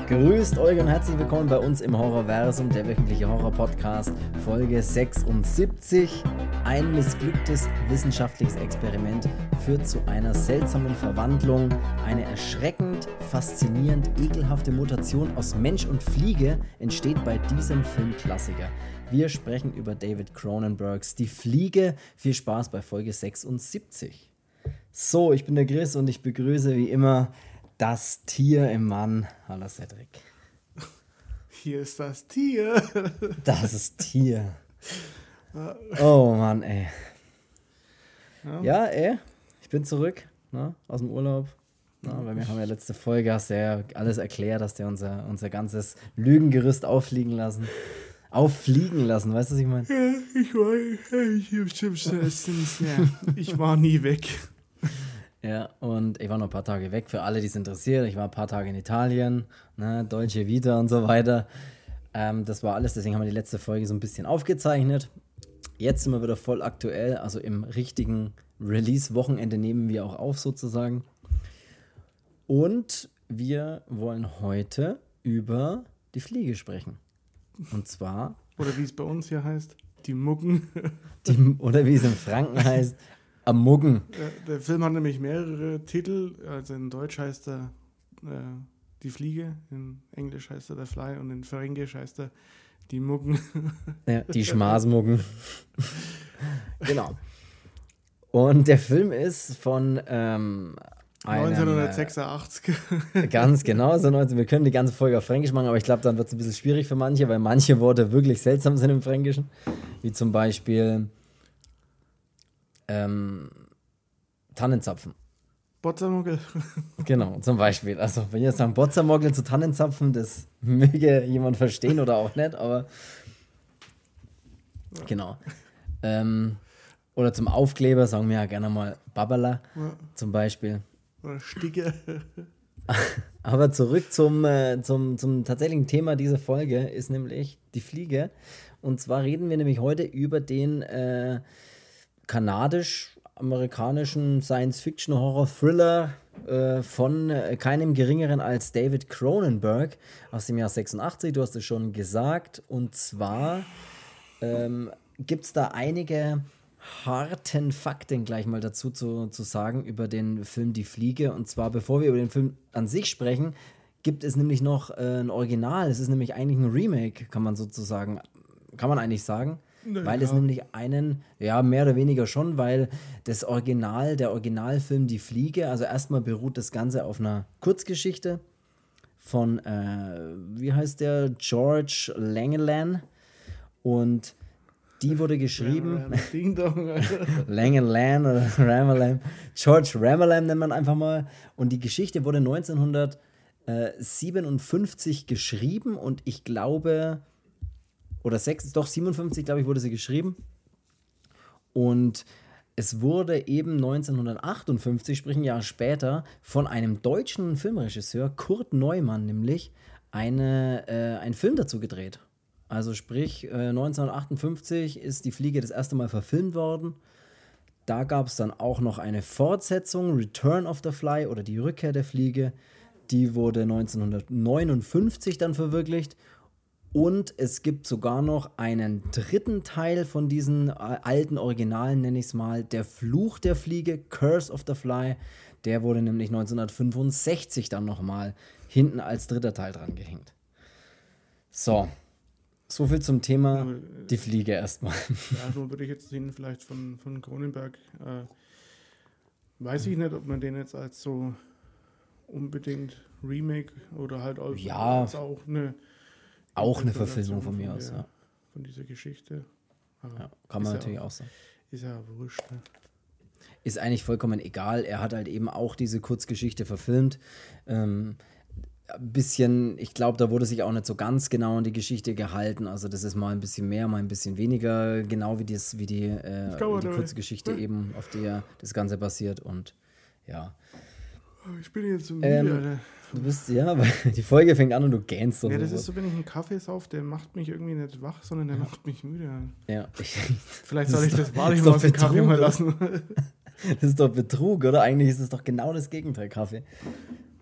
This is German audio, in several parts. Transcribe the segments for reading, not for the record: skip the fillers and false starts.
Grüßt euch und herzlich willkommen bei uns im Horrorversum, der wöchentliche Horror-Podcast, Folge 76. Ein missglücktes wissenschaftliches Experiment führt zu einer seltsamen Verwandlung. Eine erschreckend, faszinierend, ekelhafte Mutation aus Mensch und Fliege entsteht bei diesem Filmklassiker. Wir sprechen über David Cronenbergs Die Fliege. Viel Spaß bei Folge 76. So, ich bin der Chris und ich begrüße wie immer das Tier im Mann. Hallo Cedric. Hier ist das Tier. Das ist Tier. Oh Mann, ey. Ja, ey. Ich bin zurück, ne, aus dem Urlaub. Na, weil wir haben ja letzte Folge, hast du ja alles erklärt, hast ja unser ganzes Lügengerüst auffliegen lassen, weißt du, was ich meine? Ja, ich war nie weg. Ja, und ich war noch ein paar Tage weg, für alle, die es interessiert. Ich war ein paar Tage in Italien, ne, Dolce Vita und so weiter. Das war alles, deswegen haben wir die letzte Folge so ein bisschen aufgezeichnet. Jetzt sind wir wieder voll aktuell, also im richtigen Release-Wochenende nehmen wir auch auf sozusagen. Und wir wollen heute über die Fliege sprechen. Und zwar... Oder wie es bei uns hier heißt, die Muggen. Oder wie es in Franken heißt, am Muggen. Der Film hat nämlich mehrere Titel. Also in Deutsch heißt er Die Fliege, in Englisch heißt er der Fly und in Fränkisch heißt er die Muggen. Ja, die Schmasmuggen. Genau. Und der Film ist von 1986. Ganz genau, so 19. Wir können die ganze Folge auf Fränkisch machen, aber ich glaube, dann wird es ein bisschen schwierig für manche, weil manche Worte wirklich seltsam sind im Fränkischen. Wie zum Beispiel Tannenzapfen. Botzermuggel. Genau, zum Beispiel. Also, wenn ihr sagt Botzermuggel zu Tannenzapfen, das möge jemand verstehen oder auch nicht, aber genau. Oder zum Aufkleber sagen wir ja gerne mal Babala, zum Beispiel. Oder Sticke. Aber zurück zum tatsächlichen Thema dieser Folge ist nämlich die Fliege. Und zwar reden wir nämlich heute über den kanadisch-amerikanischen Science-Fiction-Horror-Thriller von keinem geringeren als David Cronenberg aus dem Jahr 86. Du hast es schon gesagt. Und zwar gibt es da einige harten Fakten gleich mal dazu zu sagen über den Film Die Fliege. Und zwar, bevor wir über den Film an sich sprechen, gibt es nämlich noch ein Original. Es ist nämlich eigentlich ein Remake, kann man eigentlich sagen. Naja. Weil es nämlich mehr oder weniger schon, weil der Originalfilm Die Fliege, also erstmal beruht das Ganze auf einer Kurzgeschichte von, wie heißt der, George Langeland, und die wurde geschrieben, Langeland oder Ramalam, George Ramalam nennt man einfach mal, und die Geschichte wurde 1957 geschrieben und ich glaube, 57, glaube ich, wurde sie geschrieben. Und es wurde eben 1958, sprich ein Jahr später, von einem deutschen Filmregisseur, Kurt Neumann nämlich, ein Film dazu gedreht. Also sprich, 1958 ist Die Fliege das erste Mal verfilmt worden. Da gab es dann auch noch eine Fortsetzung, Return of the Fly oder Die Rückkehr der Fliege. Die wurde 1959 dann verwirklicht. Und es gibt sogar noch einen dritten Teil von diesen alten Originalen, nenne ich es mal, Der Fluch der Fliege, Curse of the Fly. Der wurde nämlich 1965 dann nochmal hinten als dritter Teil dran gehängt. So viel zum Thema Die Fliege erstmal. Ja, so würde ich jetzt sehen, vielleicht von Cronenberg. Weiß ich nicht, ob man den jetzt als so unbedingt Remake oder halt als auch eine Verfilmung von mir aus, ja. Von dieser Geschichte. Ja, kann man natürlich auch sagen. Ist ja wurscht. Ne? Ist eigentlich vollkommen egal. Er hat halt eben auch diese Kurzgeschichte verfilmt. Bisschen, ich glaube, da wurde sich auch nicht so ganz genau an die Geschichte gehalten. Also das ist mal ein bisschen mehr, mal ein bisschen weniger genau wie die Kurzgeschichte eben, auf der das Ganze basiert. Und ja. Ich bin jetzt so müde, Alter. Du bist, weil die Folge fängt an und du gähnst. Ja, das ist so, wenn ich einen Kaffee sauf, der macht mich irgendwie nicht wach, sondern der macht mich müde. Ja. Vielleicht soll ich das wahrlich mal aus dem Kaffee mal lassen. Das ist doch Betrug, oder? Eigentlich ist es doch genau das Gegenteil, Kaffee.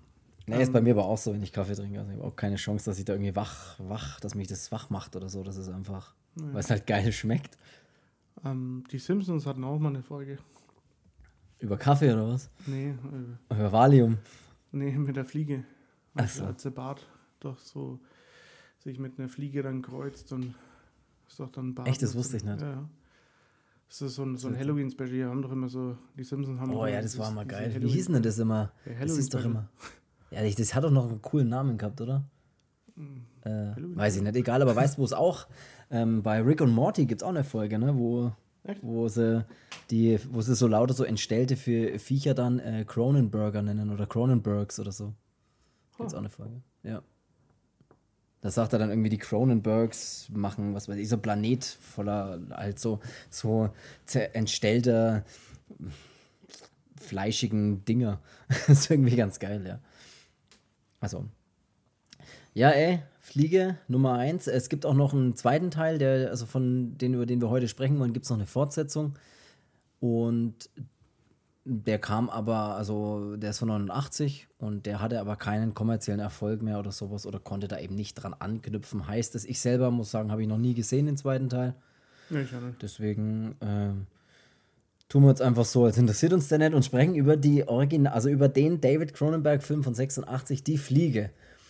Nee, ist bei mir aber auch so, wenn ich Kaffee trinke. Also ich habe auch keine Chance, dass ich da irgendwie dass mich das wach macht oder so. Das ist einfach, weil es halt geil schmeckt. Die Simpsons hatten auch mal eine Folge. Über Kaffee oder was? Nee. Über Valium? Nee, mit der Fliege. Achso. Als der Bart doch so sich mit einer Fliege dann kreuzt und ist doch dann Bart. Echt, das wusste ich nicht. Ja. Das ist so ein Halloween-Special. Haben doch immer so, die Simpsons haben. Oh ja, das war mal geil. Wie hieß denn das immer? Das ist doch immer. Ja, das hat doch noch einen coolen Namen gehabt, oder? Weiß ich nicht, egal, aber weißt du, wo es auch bei Rick und Morty gibt es auch eine Folge, ne, wo sie so lauter so entstellte für Viecher dann Cronenberger nennen oder Cronenbergs oder so. Gibt es auch eine Folge, ja. Da sagt er dann irgendwie, die Cronenbergs machen, was weiß ich, so ein Planet voller halt so entstellter fleischigen Dinger. Das ist irgendwie ganz geil, ja. Also. Ja, Fliege Nummer 1. Es gibt auch noch einen zweiten Teil, über den wir heute sprechen wollen, gibt es noch eine Fortsetzung. Und der kam aber, also der ist von 89 und der hatte aber keinen kommerziellen Erfolg mehr oder sowas oder konnte da eben nicht dran anknüpfen. Heißt es, ich selber muss sagen, habe ich noch nie gesehen, den zweiten Teil. Nee, ich auch nicht. Deswegen tun wir uns einfach so, als interessiert uns der nicht und sprechen über über den David Cronenberg-Film von 86, Die Fliege.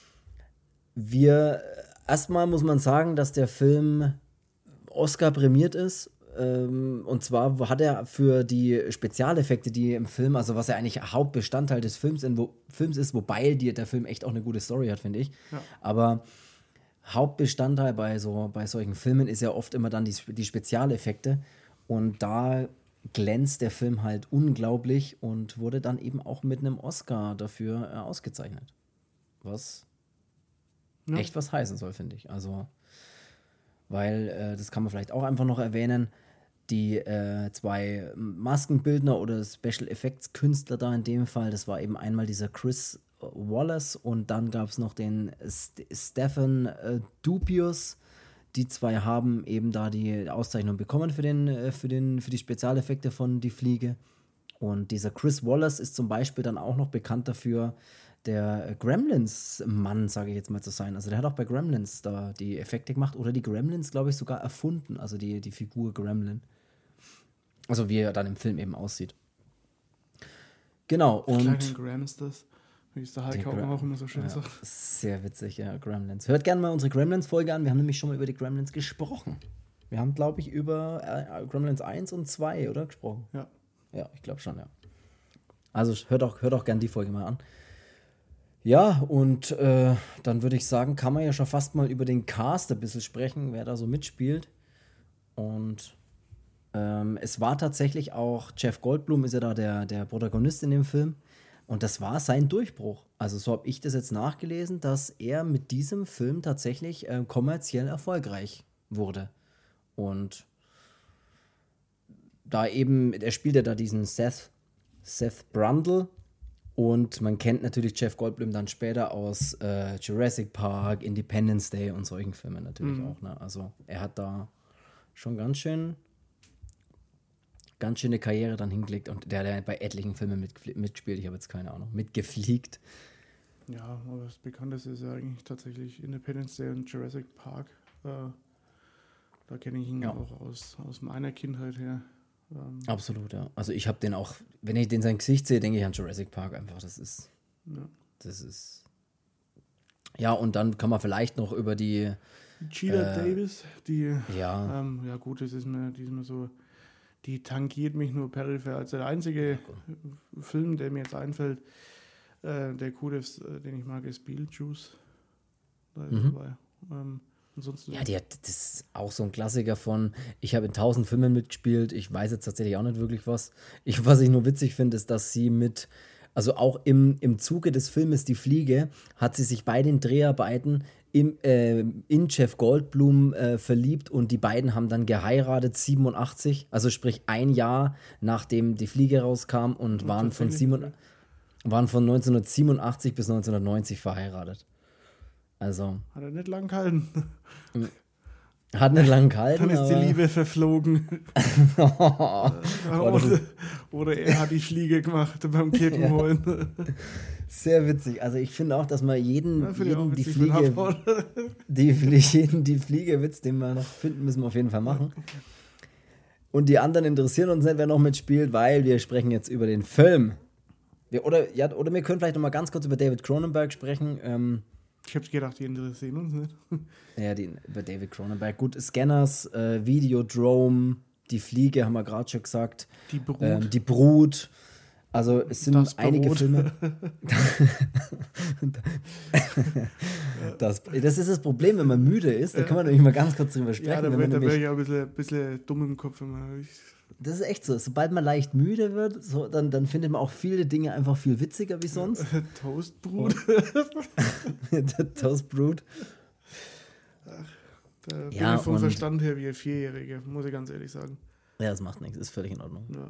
Erstmal muss man sagen, dass der Film Oscar prämiert ist. Und zwar hat er für die Spezialeffekte, die im Film, also was ja eigentlich Hauptbestandteil des Films ist, wobei der Film echt auch eine gute Story hat, finde ich. Ja. Aber Hauptbestandteil bei solchen Filmen ist ja oft immer dann die Spezialeffekte. Und da glänzt der Film halt unglaublich und wurde dann eben auch mit einem Oscar dafür ausgezeichnet. Was echt was heißen soll, finde ich. Also, weil, das kann man vielleicht auch einfach noch erwähnen, die zwei Maskenbildner oder Special Effects Künstler da in dem Fall, das war eben einmal dieser Chris Wallace und dann gab es noch den Stephen Dupius. Die zwei haben eben da die Auszeichnung bekommen für die Spezialeffekte von Die Fliege. Und dieser Chris Wallace ist zum Beispiel dann auch noch bekannt dafür, der Gremlins-Mann, sage ich jetzt mal zu sein. Also der hat auch bei Gremlins da die Effekte gemacht oder die Gremlins, glaube ich, sogar erfunden. Also die Figur Gremlin. Also wie er dann im Film eben aussieht. Genau, und... Kleine Grams das. Wie es der Hulk auch immer so schön sagt. Sehr witzig, ja, Gremlins. Hört gerne mal unsere Gremlins-Folge an. Wir haben nämlich schon mal über die Gremlins gesprochen. Wir haben, glaube ich, über Gremlins 1 und 2, oder? Gesprochen. Ja. Ja, ich glaube schon, ja. Also hört auch gerne die Folge mal an. Ja, und dann würde ich sagen, kann man ja schon fast mal über den Cast ein bisschen sprechen, wer da so mitspielt. Und es war tatsächlich auch, Jeff Goldblum ist ja da der Protagonist in dem Film. Und das war sein Durchbruch. Also so habe ich das jetzt nachgelesen, dass er mit diesem Film tatsächlich kommerziell erfolgreich wurde. Und da eben, er spielte da diesen Seth Brundle. Und man kennt natürlich Jeff Goldblum dann später aus Jurassic Park, Independence Day und solchen Filmen natürlich auch. Ne? Also er hat da schon ganz schöne Karriere dann hingelegt und der hat bei etlichen Filmen mitgespielt. Ich habe jetzt keine Ahnung, mitgefliegt. Ja, aber das Bekannteste ist ja eigentlich tatsächlich Independence Day und Jurassic Park. Da kenne ich ihn auch aus meiner Kindheit her. Absolut, ja. Also ich habe den auch, wenn ich sein Gesicht sehe, denke ich an Jurassic Park einfach. Das ist. Ja, und dann kann man vielleicht noch über die Geena Davis, die gut, die ist mir so, die tangiert mich nur peripher. Also der einzige Film, der mir jetzt einfällt, der cool ist, den ich mag, ist Beetlejuice. Da ist dabei. Ansonsten ja, das ist auch so ein Klassiker von, ich habe in 1000 Filmen mitgespielt, ich weiß jetzt tatsächlich auch nicht wirklich was. Was ich nur witzig finde, ist, dass sie also auch im Zuge des Filmes Die Fliege, hat sie sich bei den Dreharbeiten in Jeff Goldblum verliebt und die beiden haben dann geheiratet, 87, also sprich ein Jahr nachdem Die Fliege rauskam und waren von 1987 bis 1990 verheiratet. Also. Hat er nicht lang gehalten. Hat nicht lang gehalten. Dann ist die Liebe verflogen. Oder er hat die Fliege gemacht beim Kirchenholen. Sehr witzig. Also ich finde auch, dass man jeden die Fliege-Witz, den wir noch finden, müssen wir auf jeden Fall machen. Und die anderen interessieren uns nicht, wer noch mitspielt, weil wir sprechen jetzt über den Film. Oder wir können vielleicht noch mal ganz kurz über David Cronenberg sprechen. Ich habe gedacht, die interessieren uns nicht. Ja, über David Cronenberg. Gut, Scanners, Videodrome, Die Fliege, haben wir gerade schon gesagt. Die Brut. Also es sind einige Filme. Das ist das Problem, wenn man müde ist. Da kann man nämlich mal ganz kurz drüber sprechen. Ja, da wäre ich auch ein bisschen dumm im Kopf. Das ist echt so. Sobald man leicht müde wird, dann findet man auch viele Dinge einfach viel witziger wie sonst. Toastbrot. Toastbrot. Da bin ich vom Verstand her wie ein Vierjähriger, muss ich ganz ehrlich sagen. Ja, das macht nichts, ist völlig in Ordnung. Ja.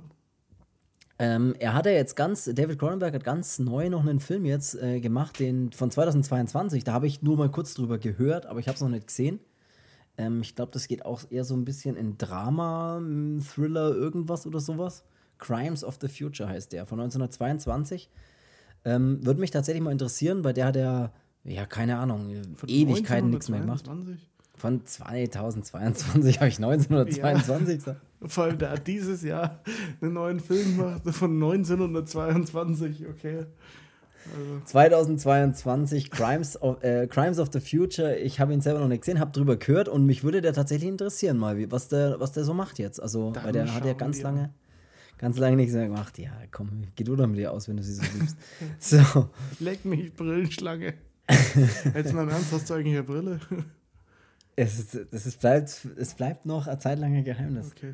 David Cronenberg hat ganz neu noch einen Film jetzt gemacht, den von 2022. Da habe ich nur mal kurz drüber gehört, aber ich habe es noch nicht gesehen. Ich glaube, das geht auch eher so ein bisschen in Drama, Thriller, irgendwas oder sowas. Crimes of the Future heißt der, von 1922. Würde mich tatsächlich mal interessieren, weil der hat ja keine Ahnung, von Ewigkeiten nichts mehr gemacht. Von 2022 habe ich 1922 gesagt. Vor allem, der hat dieses Jahr einen neuen Film gemacht von 1922, okay. Also. 2022, Crimes of the Future. Ich habe ihn selber noch nicht gesehen, habe drüber gehört und mich würde der tatsächlich interessieren, mal, was der so macht jetzt. Also, weil der hat ja ganz lange nichts mehr gemacht. Ja, komm, geh du doch mit dir aus, wenn du sie so liebst. So. Leck mich, Brillenschlange. Jetzt mal im Ernst, hast du eigentlich eine Brille? Es bleibt noch eine Zeit lang ein Geheimnis. Okay.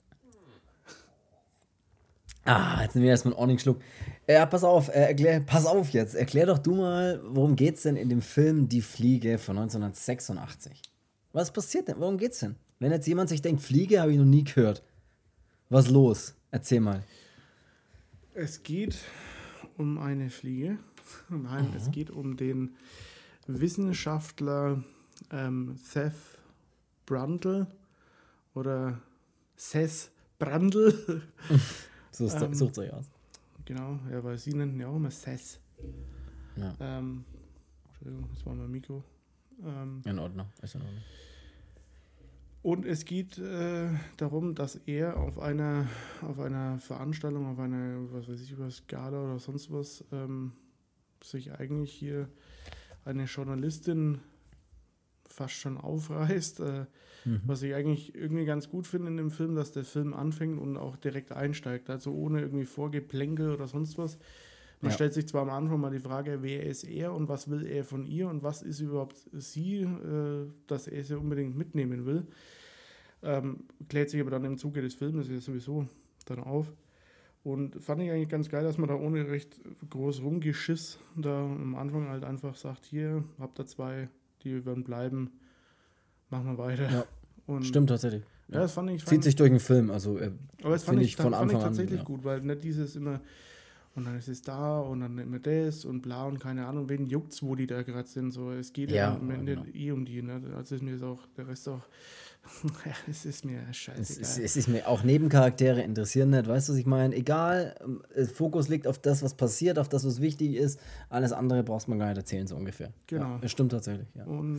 Jetzt nehmen wir erstmal einen ordentlichen Schluck. Ja, pass auf jetzt. Erklär doch du mal, worum geht's denn in dem Film Die Fliege von 1986? Was passiert denn? Worum geht's denn? Wenn jetzt jemand sich denkt, Fliege habe ich noch nie gehört. Was los? Erzähl mal. Es geht um eine Fliege. Nein, es geht um den Wissenschaftler Seth Brundle oder Seth Brundle. Sucht euch aus. Genau, ja, weil sie nennen ja auch immer Seth. Ja. Entschuldigung, das war mein Mikro. In Ordnung, ist in Ordnung. Und es geht darum, dass er auf einer Veranstaltung, auf einer, was weiß ich, über Skala oder sonst was, sich eigentlich hier eine Journalistin fast schon aufreißt, was ich eigentlich irgendwie ganz gut finde in dem Film, dass der Film anfängt und auch direkt einsteigt, also ohne irgendwie Vorgeplänkel oder sonst was. Man stellt sich zwar am Anfang mal die Frage, wer ist er und was will er von ihr und was ist überhaupt sie, dass er sie unbedingt mitnehmen will. Klärt sich aber dann im Zuge des Films ja sowieso dann auf. Und fand ich eigentlich ganz geil, dass man da ohne recht groß Rumgeschiss da am Anfang halt einfach sagt, hier, habt ihr 2, die werden bleiben, machen wir weiter. Ja, und stimmt tatsächlich. Ja, das fand ich. Zieht sich durch den Film, also aber das fand ich von Anfang an tatsächlich gut, weil nicht dieses immer, und dann ist es da und dann immer das und bla und keine Ahnung, wen juckt's, wo die da gerade sind. So, es geht ja am Ende um die, ne? Also ist mir auch, der Rest auch, es ist mir scheißegal. Es ist mir auch Nebencharaktere interessieren nicht, weißt du, was ich meine? Egal, Fokus liegt auf das, was passiert, auf das, was wichtig ist. Alles andere brauchst man gar nicht erzählen, so ungefähr. Genau. Ja, das stimmt tatsächlich, ja. Und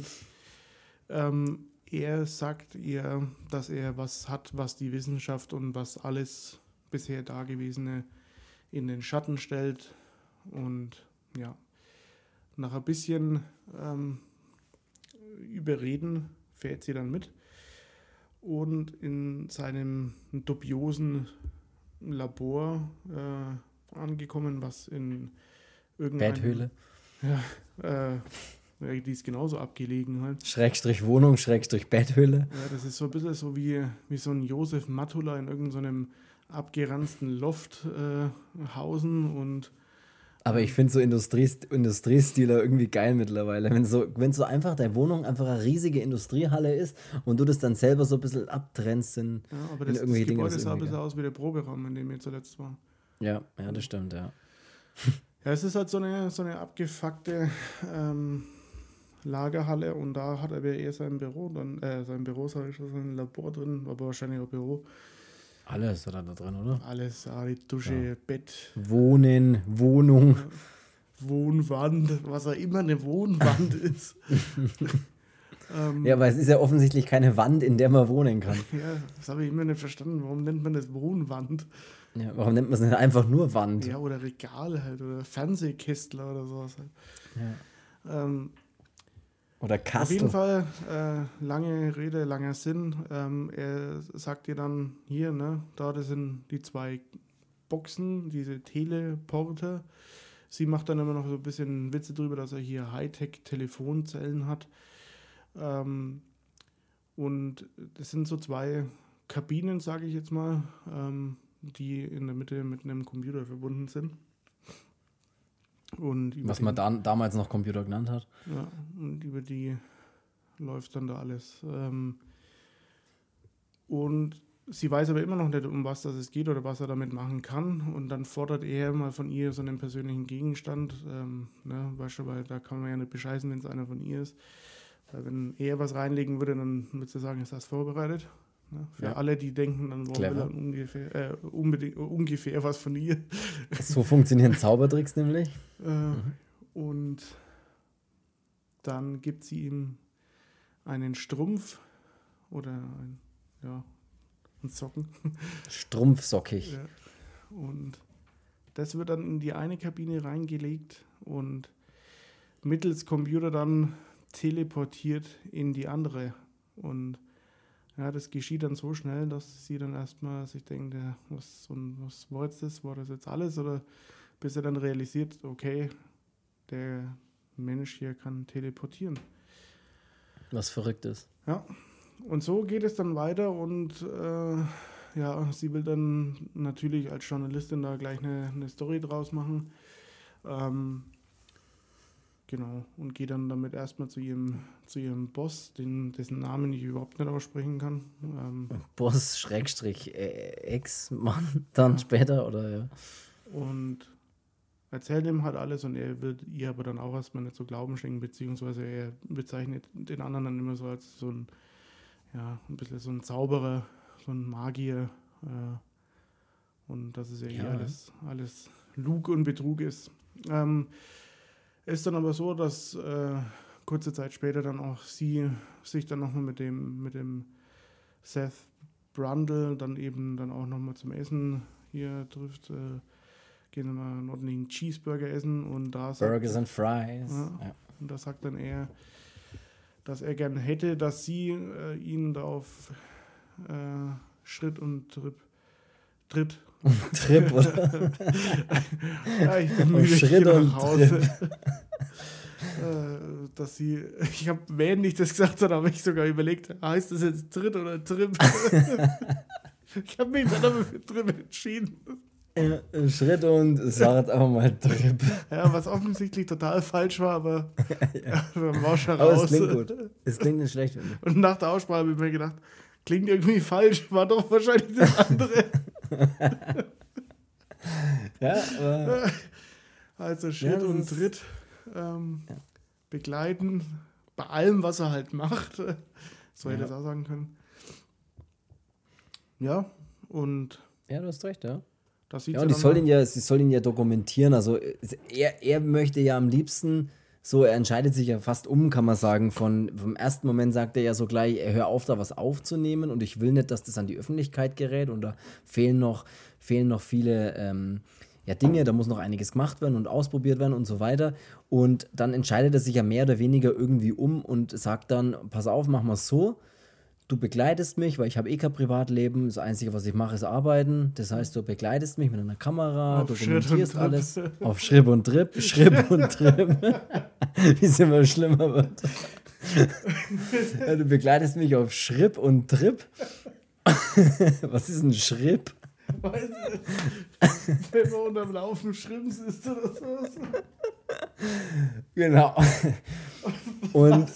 er sagt ihr, dass er was hat, was die Wissenschaft und was alles bisher Dagewesene in den Schatten stellt. Und ja, nach ein bisschen Überreden fährt sie dann mit. Und in seinem dubiosen Labor angekommen, was in irgendeiner Betthöhle. Ja, die ist genauso abgelegen halt. Schrägstrich Wohnung, Schrägstrich Betthöhle. Ja, das ist so ein bisschen so wie so ein Josef Matula in irgendeinem abgeranzten Loft hausen und aber ich finde so Industriestiler irgendwie geil mittlerweile. Wenn so einfach deine Wohnung einfach eine riesige Industriehalle ist und du das dann selber so ein bisschen abtrennst in aber das irgendwelche Dinge. Das sah ein bisschen aus wie der Proberaum, in dem wir zuletzt waren. Ja, das stimmt, ja. Ja, es ist halt so eine abgefuckte Lagerhalle und da hat er eher sein Büro, sage ich schon, sein Labor drin, aber wahrscheinlich auch Büro. Alles oder da drin, oder? Alles, die Dusche, Bett. Wohnen, Wohnung. Wohnwand, was auch immer eine Wohnwand ist. Ja, aber es ist ja offensichtlich keine Wand, in der man wohnen kann. Ja, das habe ich immer nicht verstanden. Warum nennt man das Wohnwand? Ja, warum nennt man es nicht einfach nur Wand? Ja, oder Regal halt, oder Fernsehkästler oder sowas halt. Ja. Oder Kastel. Auf jeden Fall, lange Rede, langer Sinn. Er sagt dir dann, hier, ne, das sind die 2 Boxen, diese Teleporter. Sie macht dann immer noch so ein bisschen Witze drüber, dass er hier Hightech-Telefonzellen hat. Und das sind so 2 Kabinen, sage ich jetzt mal, die in der Mitte mit einem Computer verbunden sind. Und was man damals noch Computer genannt hat. Ja, und über die läuft dann da alles. Und sie weiß aber immer noch nicht, um was das geht oder was er damit machen kann. Und dann fordert er mal von ihr so einen persönlichen Gegenstand. Weißt du, weil da kann man ja nicht bescheißen, wenn es einer von ihr ist. Weil wenn er was reinlegen würde, dann würde sie sagen, ist das vorbereitet. Ne? Für alle, die denken, dann wollen wir dann ungefähr was von ihr. So funktionieren Zaubertricks nämlich. Und dann gibt sie ihm einen Strumpf oder einen Socken. Strumpfsockig. Ja. Und das wird dann in die eine Kabine reingelegt und mittels Computer dann teleportiert in die andere. Und ja, das geschieht dann so schnell, dass sie dann erstmal sich denkt, ja, was war jetzt das? War das jetzt alles? Oder bis er dann realisiert, okay, der Mensch hier kann teleportieren. Was verrückt ist. Ja, und so geht es dann weiter und sie will dann natürlich als Journalistin da gleich eine Story draus machen. Genau, und geht dann damit erstmal zu ihrem Boss, dessen Namen ich überhaupt nicht aussprechen kann. Boss / Ex-Mann dann später, oder ja. Und erzählt ihm halt alles und er wird ihr aber dann auch erstmal nicht so Glauben schenken, beziehungsweise er bezeichnet den anderen dann immer so als so ein bisschen so ein Zauberer, so ein Magier. Und dass es ja alles Lug und Betrug ist. Ist dann aber so, dass kurze Zeit später dann auch sie sich dann nochmal mit dem Seth Brundle dann auch nochmal zum Essen hier trifft. Gehen wir mal einen ordentlichen Cheeseburger essen und da sagt Burgers and Fries. Ja. Und da sagt dann er, dass er gerne hätte, dass sie ihn da auf Schritt und Tritt. Trip, oder? Ja, ich bin müde, Schritt und nach Hause. Ich habe, während ich das gesagt habe, habe ich sogar überlegt, heißt das jetzt Tritt oder Trip? Ich habe mich dann aber für Trip entschieden. Ja, Schritt und sag jetzt einfach mal Trip. Ja, was offensichtlich total falsch war, aber dann war schon aber raus. Es klingt gut. Es klingt nicht schlecht. Und nach der Aussprache habe ich mir gedacht, klingt irgendwie falsch, war doch wahrscheinlich das andere. Ja, aber also Schritt und Tritt begleiten, bei allem, was er halt macht. So hätte ich das auch sagen können. Ja, und ja, du hast recht, ja. Ja, und sie soll ihn ja dokumentieren. Also er möchte ja am liebsten so, er entscheidet sich ja fast kann man sagen. Vom ersten Moment sagt er ja so gleich, hör auf, da was aufzunehmen und ich will nicht, dass das an die Öffentlichkeit gerät und da fehlen noch viele Dinge, da muss noch einiges gemacht werden und ausprobiert werden und so weiter. Und dann entscheidet er sich ja mehr oder weniger irgendwie und sagt dann, pass auf, mach mal so. Du begleitest mich, weil ich habe kein Privatleben. Das Einzige, was ich mache, ist arbeiten. Das heißt, du begleitest mich mit einer Kamera, dokumentierst alles. Auf Schritt und Trip. Wie es immer schlimmer wird. Ja, du begleitest mich auf Schritt und Trip. Was ist ein Schritt? Weiß nicht. Wenn man unterm Laufen Schrimps ist oder so. Genau. Und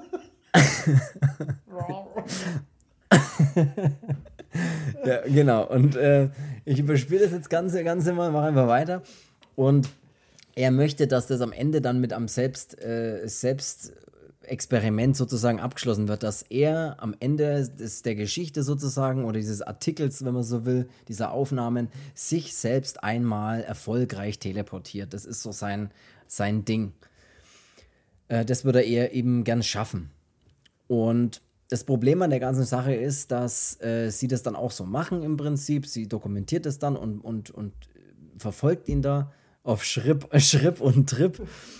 ja, genau. Und ich überspiele das jetzt Ganze mal, mache einfach weiter. Und er möchte, dass das am Ende dann mit am Experiment sozusagen abgeschlossen wird, dass er am Ende der Geschichte sozusagen oder dieses Artikels, wenn man so will, dieser Aufnahmen, sich selbst einmal erfolgreich teleportiert. Das ist so sein Ding. Das würde er eben gern schaffen. Und das Problem an der ganzen Sache ist, dass sie das dann auch so machen im Prinzip. Sie dokumentiert es dann und verfolgt ihn da auf Schritt und Trip.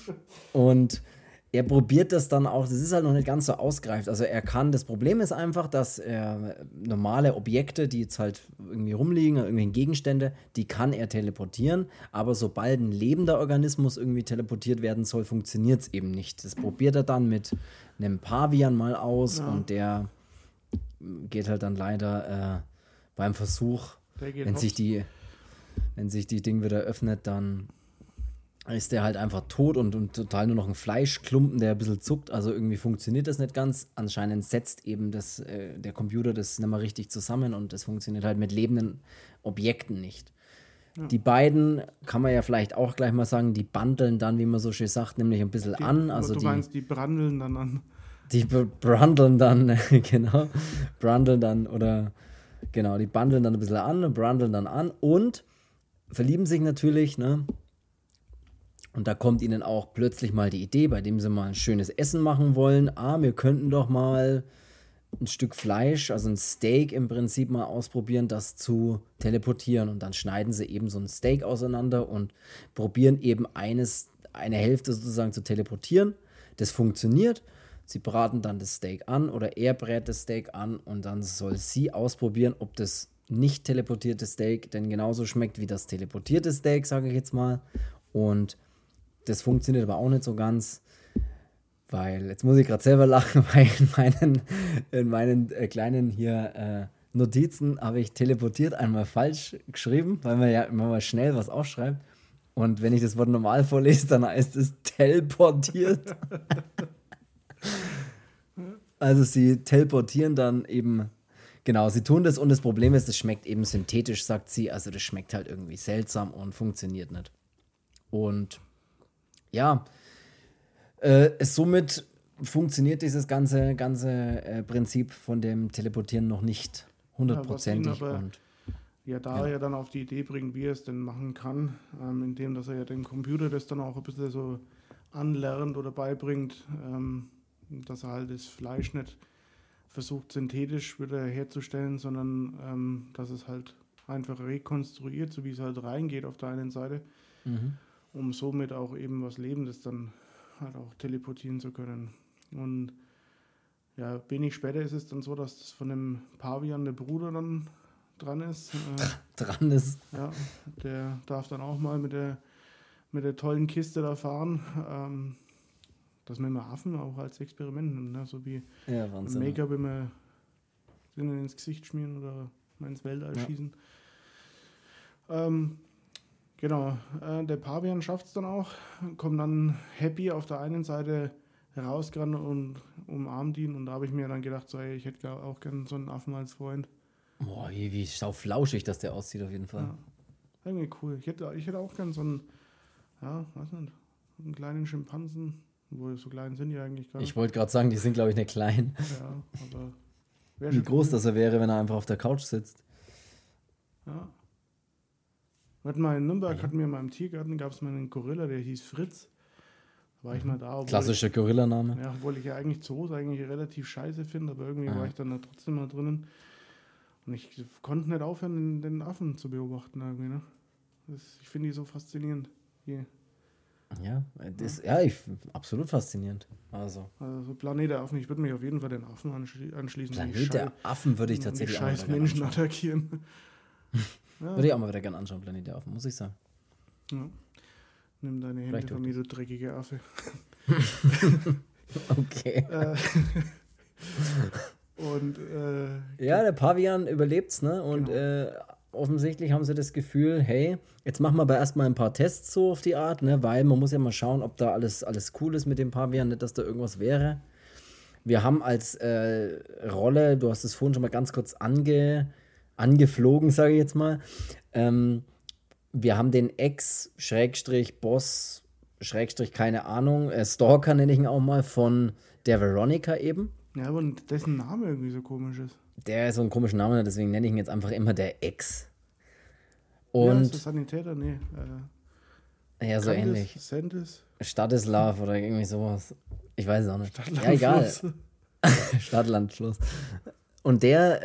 Und er probiert das dann auch, das ist halt noch nicht ganz so ausgereift. Also das Problem ist einfach, dass normale Objekte, die jetzt halt irgendwie rumliegen, irgendwelche Gegenstände, die kann er teleportieren, aber sobald ein lebender Organismus irgendwie teleportiert werden soll, funktioniert es eben nicht. Das probiert er dann mit einem Pavian mal aus und der geht halt dann leider beim Versuch, wenn sich die Ding wieder öffnet, dann ist der halt einfach tot und total nur noch ein Fleischklumpen, der ein bisschen zuckt. Also irgendwie funktioniert das nicht ganz. Anscheinend setzt eben der Computer das nicht mehr richtig zusammen und das funktioniert halt mit lebenden Objekten nicht. Ja. Die beiden, kann man ja vielleicht auch gleich mal sagen, die bandeln dann, wie man so schön sagt, nämlich ein bisschen an. Also du meinst, die brandeln dann an. Die brandeln dann, genau, brandeln dann oder genau, die bandeln dann ein bisschen an, brandeln dann an und verlieben sich natürlich, ne? Und da kommt ihnen auch plötzlich mal die Idee, bei dem sie mal ein schönes Essen machen wollen. Wir könnten doch mal ein Stück Fleisch, also ein Steak im Prinzip mal ausprobieren, das zu teleportieren. Und dann schneiden sie eben so ein Steak auseinander und probieren eben eine Hälfte sozusagen zu teleportieren. Das funktioniert. Sie braten dann das Steak an oder er brät das Steak an und dann soll sie ausprobieren, ob das nicht teleportierte Steak denn genauso schmeckt wie das teleportierte Steak, sage ich jetzt mal. Und das funktioniert aber auch nicht so ganz, weil, jetzt muss ich gerade selber lachen, weil in meinen kleinen hier Notizen habe ich teleportiert einmal falsch geschrieben, weil man ja immer mal schnell was aufschreibt. Und wenn ich das Wort normal vorlese, dann heißt es teleportiert. Also sie teleportieren dann eben, genau, sie tun das und das Problem ist, das schmeckt eben synthetisch, sagt sie. Also das schmeckt halt irgendwie seltsam und funktioniert nicht. Und ja, somit funktioniert dieses ganze Prinzip von dem Teleportieren noch nicht hundertprozentig. Ja, er dann auf die Idee bringt, wie er es denn machen kann, indem dass er ja dem Computer das dann auch ein bisschen so anlernt oder beibringt, dass er halt das Fleisch nicht versucht synthetisch wieder herzustellen, sondern dass es halt einfach rekonstruiert, so wie es halt reingeht auf der einen Seite. Um somit auch eben was Lebendes dann halt auch teleportieren zu können. Und ja, wenig später ist es dann so, dass das von dem Pavian der Bruder dann dran ist. Dran ist. Ja, der darf dann auch mal mit der tollen Kiste da fahren. Das mit dem Affen auch als Experiment nimmt, ne? So wie Make-up immer ins Gesicht schmieren oder mal ins Weltall schießen. Genau, der Pavian schafft es dann auch, kommt dann happy auf der einen Seite rausgerannt und umarmt ihn und da habe ich mir dann gedacht, so, ey, ich hätte auch gerne so einen Affen als Freund. Boah, wie flauschig, dass der aussieht auf jeden Fall. Ja, irgendwie cool. Ich hätte auch gerne so einen, weiß nicht, einen kleinen Schimpansen, obwohl so klein sind die eigentlich gar nicht. Ich wollte gerade sagen, die sind glaube ich nicht klein. Ja, aber wie groß cool, dass er wäre, wenn er einfach auf der Couch sitzt. Ja. Mal in Nürnberg hatten wir mal im Tiergarten, gab es mal einen Gorilla, der hieß Fritz. Da war ich mal da. Klassischer Gorillaname. Ja, obwohl ich ja eigentlich Zoos relativ scheiße finde, aber irgendwie war ich dann da trotzdem mal drinnen. Und ich konnte nicht aufhören, den Affen zu beobachten irgendwie, ne? Ich finde die so faszinierend. Hier. Ja, absolut faszinierend. Also so Planet der Affen, ich würde mich auf jeden Fall den Affen anschließen. Planet der Affen würde ich tatsächlich auch mal scheiß Menschen attackieren. Ja. Würde ich auch mal wieder gerne anschauen, Planet der Affen, muss ich sagen. Ja. Nimm deine Hände von mir, du dreckige Affe. Okay. Und ja, der Pavian überlebt's, ne? Und offensichtlich haben sie das Gefühl, hey, jetzt machen wir aber erstmal ein paar Tests so auf die Art, ne? Weil man muss ja mal schauen, ob da alles cool ist mit dem Pavian, nicht, dass da irgendwas wäre. Wir haben als Rolle, du hast es vorhin schon mal ganz kurz angeflogen, sage ich jetzt mal. Wir haben den Ex-Boss Schrägstrich, keine Ahnung, Stalker nenne ich ihn auch mal, von der Veronica eben. Ja, aber dessen Name irgendwie so komisch ist. Der ist so einen komischen Namen, deswegen nenne ich ihn jetzt einfach immer der Ex. Und ja, ist das Sanitäter? Nee. Ja, so ähnlich. Statislav oder irgendwie sowas. Ich weiß es auch nicht. Ja, egal. Stadtlandschluss. Und der,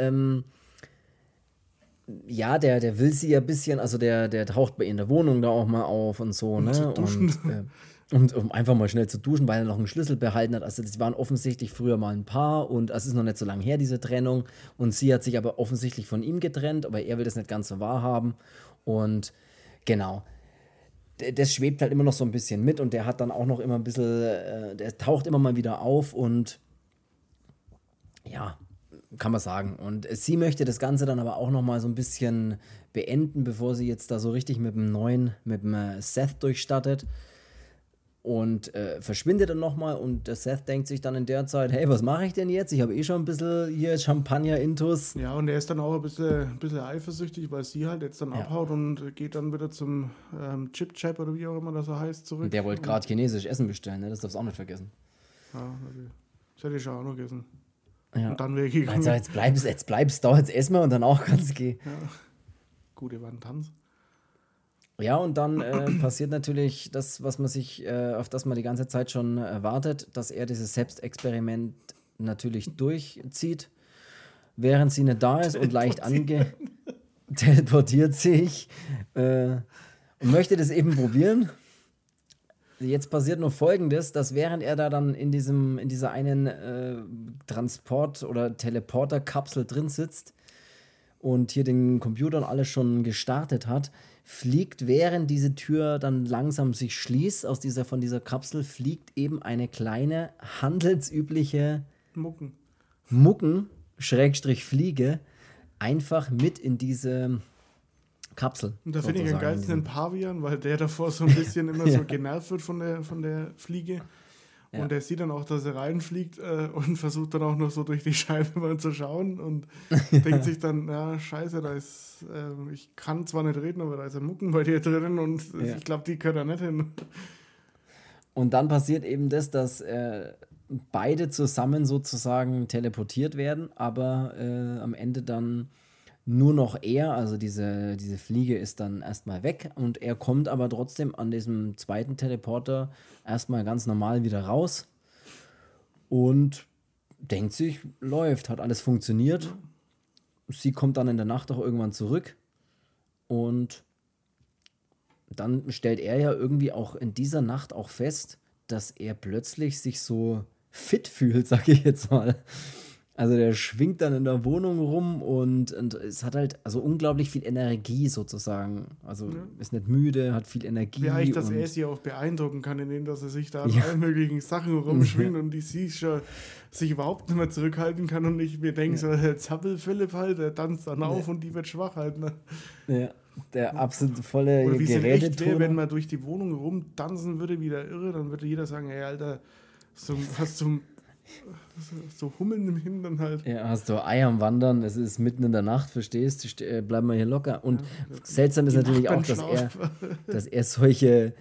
der will sie ja ein bisschen, also der taucht bei ihr in der Wohnung da auch mal auf und so, ne? Zu duschen. Und um einfach mal schnell zu duschen, weil er noch einen Schlüssel behalten hat. Also, die waren offensichtlich früher mal ein Paar und es ist noch nicht so lange her, diese Trennung. Und sie hat sich aber offensichtlich von ihm getrennt, aber er will das nicht ganz so wahrhaben. Und genau. Das schwebt halt immer noch so ein bisschen mit und der hat dann auch noch immer ein bisschen, der taucht immer mal wieder auf und ja, kann man sagen. Und sie möchte das Ganze dann aber auch noch mal so ein bisschen beenden, bevor sie jetzt da so richtig mit dem Seth durchstartet. Und verschwindet dann nochmal und der Seth denkt sich dann in der Zeit, hey, was mache ich denn jetzt? Ich habe eh schon ein bisschen hier Champagner-Intus. Ja, und er ist dann auch ein bisschen eifersüchtig, weil sie halt jetzt dann abhaut und geht dann wieder zum Chip-Chap oder wie auch immer das heißt zurück. Und der wollte gerade chinesisch Essen bestellen, ne? Das darfst du auch nicht vergessen. Ja, das hätte ich schon auch noch gegessen. Ja. Und dann wäre ich gegangen. Also jetzt bleibst du, jetzt essen wir und dann auch kannst du gehen. Ja. Gut, war ein Tanz. Ja, und dann passiert natürlich das, was man sich, auf das man die ganze Zeit schon wartet, dass er dieses Selbstexperiment natürlich durchzieht, während sie nicht da ist und leicht teleportiert sich und möchte das eben probieren. Jetzt passiert nur Folgendes, dass während er da dann in dieser einen Transport- oder Teleporter-Kapsel drin sitzt und hier den Computer und alles schon gestartet hat, fliegt, während diese Tür dann langsam sich schließt, von dieser Kapsel, fliegt eben eine kleine, handelsübliche Mucken-Fliege einfach mit in diese Kapsel. Und da finde ich am geilsten den Pavian, weil der davor so ein bisschen immer so genervt wird von der Fliege. Ja. Und der sieht dann auch, dass er reinfliegt und versucht dann auch noch so durch die Scheibe mal zu schauen und denkt sich dann, ja, scheiße, da ist, ich kann zwar nicht reden, aber da ist ein Mucken bei dir drin und ich glaube, die gehört da nicht hin. Und dann passiert eben das, dass beide zusammen sozusagen teleportiert werden, aber am Ende dann nur noch er, also diese Fliege ist dann erstmal weg und er kommt aber trotzdem an diesem zweiten Teleporter erstmal ganz normal wieder raus und denkt sich, läuft, hat alles funktioniert. Sie kommt dann in der Nacht auch irgendwann zurück und dann stellt er ja irgendwie auch in dieser Nacht auch fest, dass er plötzlich sich so fit fühlt, sag ich jetzt mal. Also der schwingt dann in der Wohnung rum und es hat halt also unglaublich viel Energie sozusagen. Also ist nicht müde, hat viel Energie. Ja, dass er sie auch beeindrucken kann, indem dass er sich da an allen möglichen Sachen rumschwingt und die sie schon sich überhaupt nicht mehr zurückhalten kann und ich mir denke, so der Zappel-Philipp halt, der tanzt dann auf und die wird schwach halt. Ne? Ja, der absolut volle Oder wie es echt wäre, wenn man durch die Wohnung rumtanzen würde wie der Irre, dann würde jeder sagen, hey Alter, hast du so Hummeln im Hintern halt. Ja, hast du Ei am Wandern, es ist mitten in der Nacht, verstehst du, bleib mal hier locker. Und seltsam ist natürlich auch, dass er solche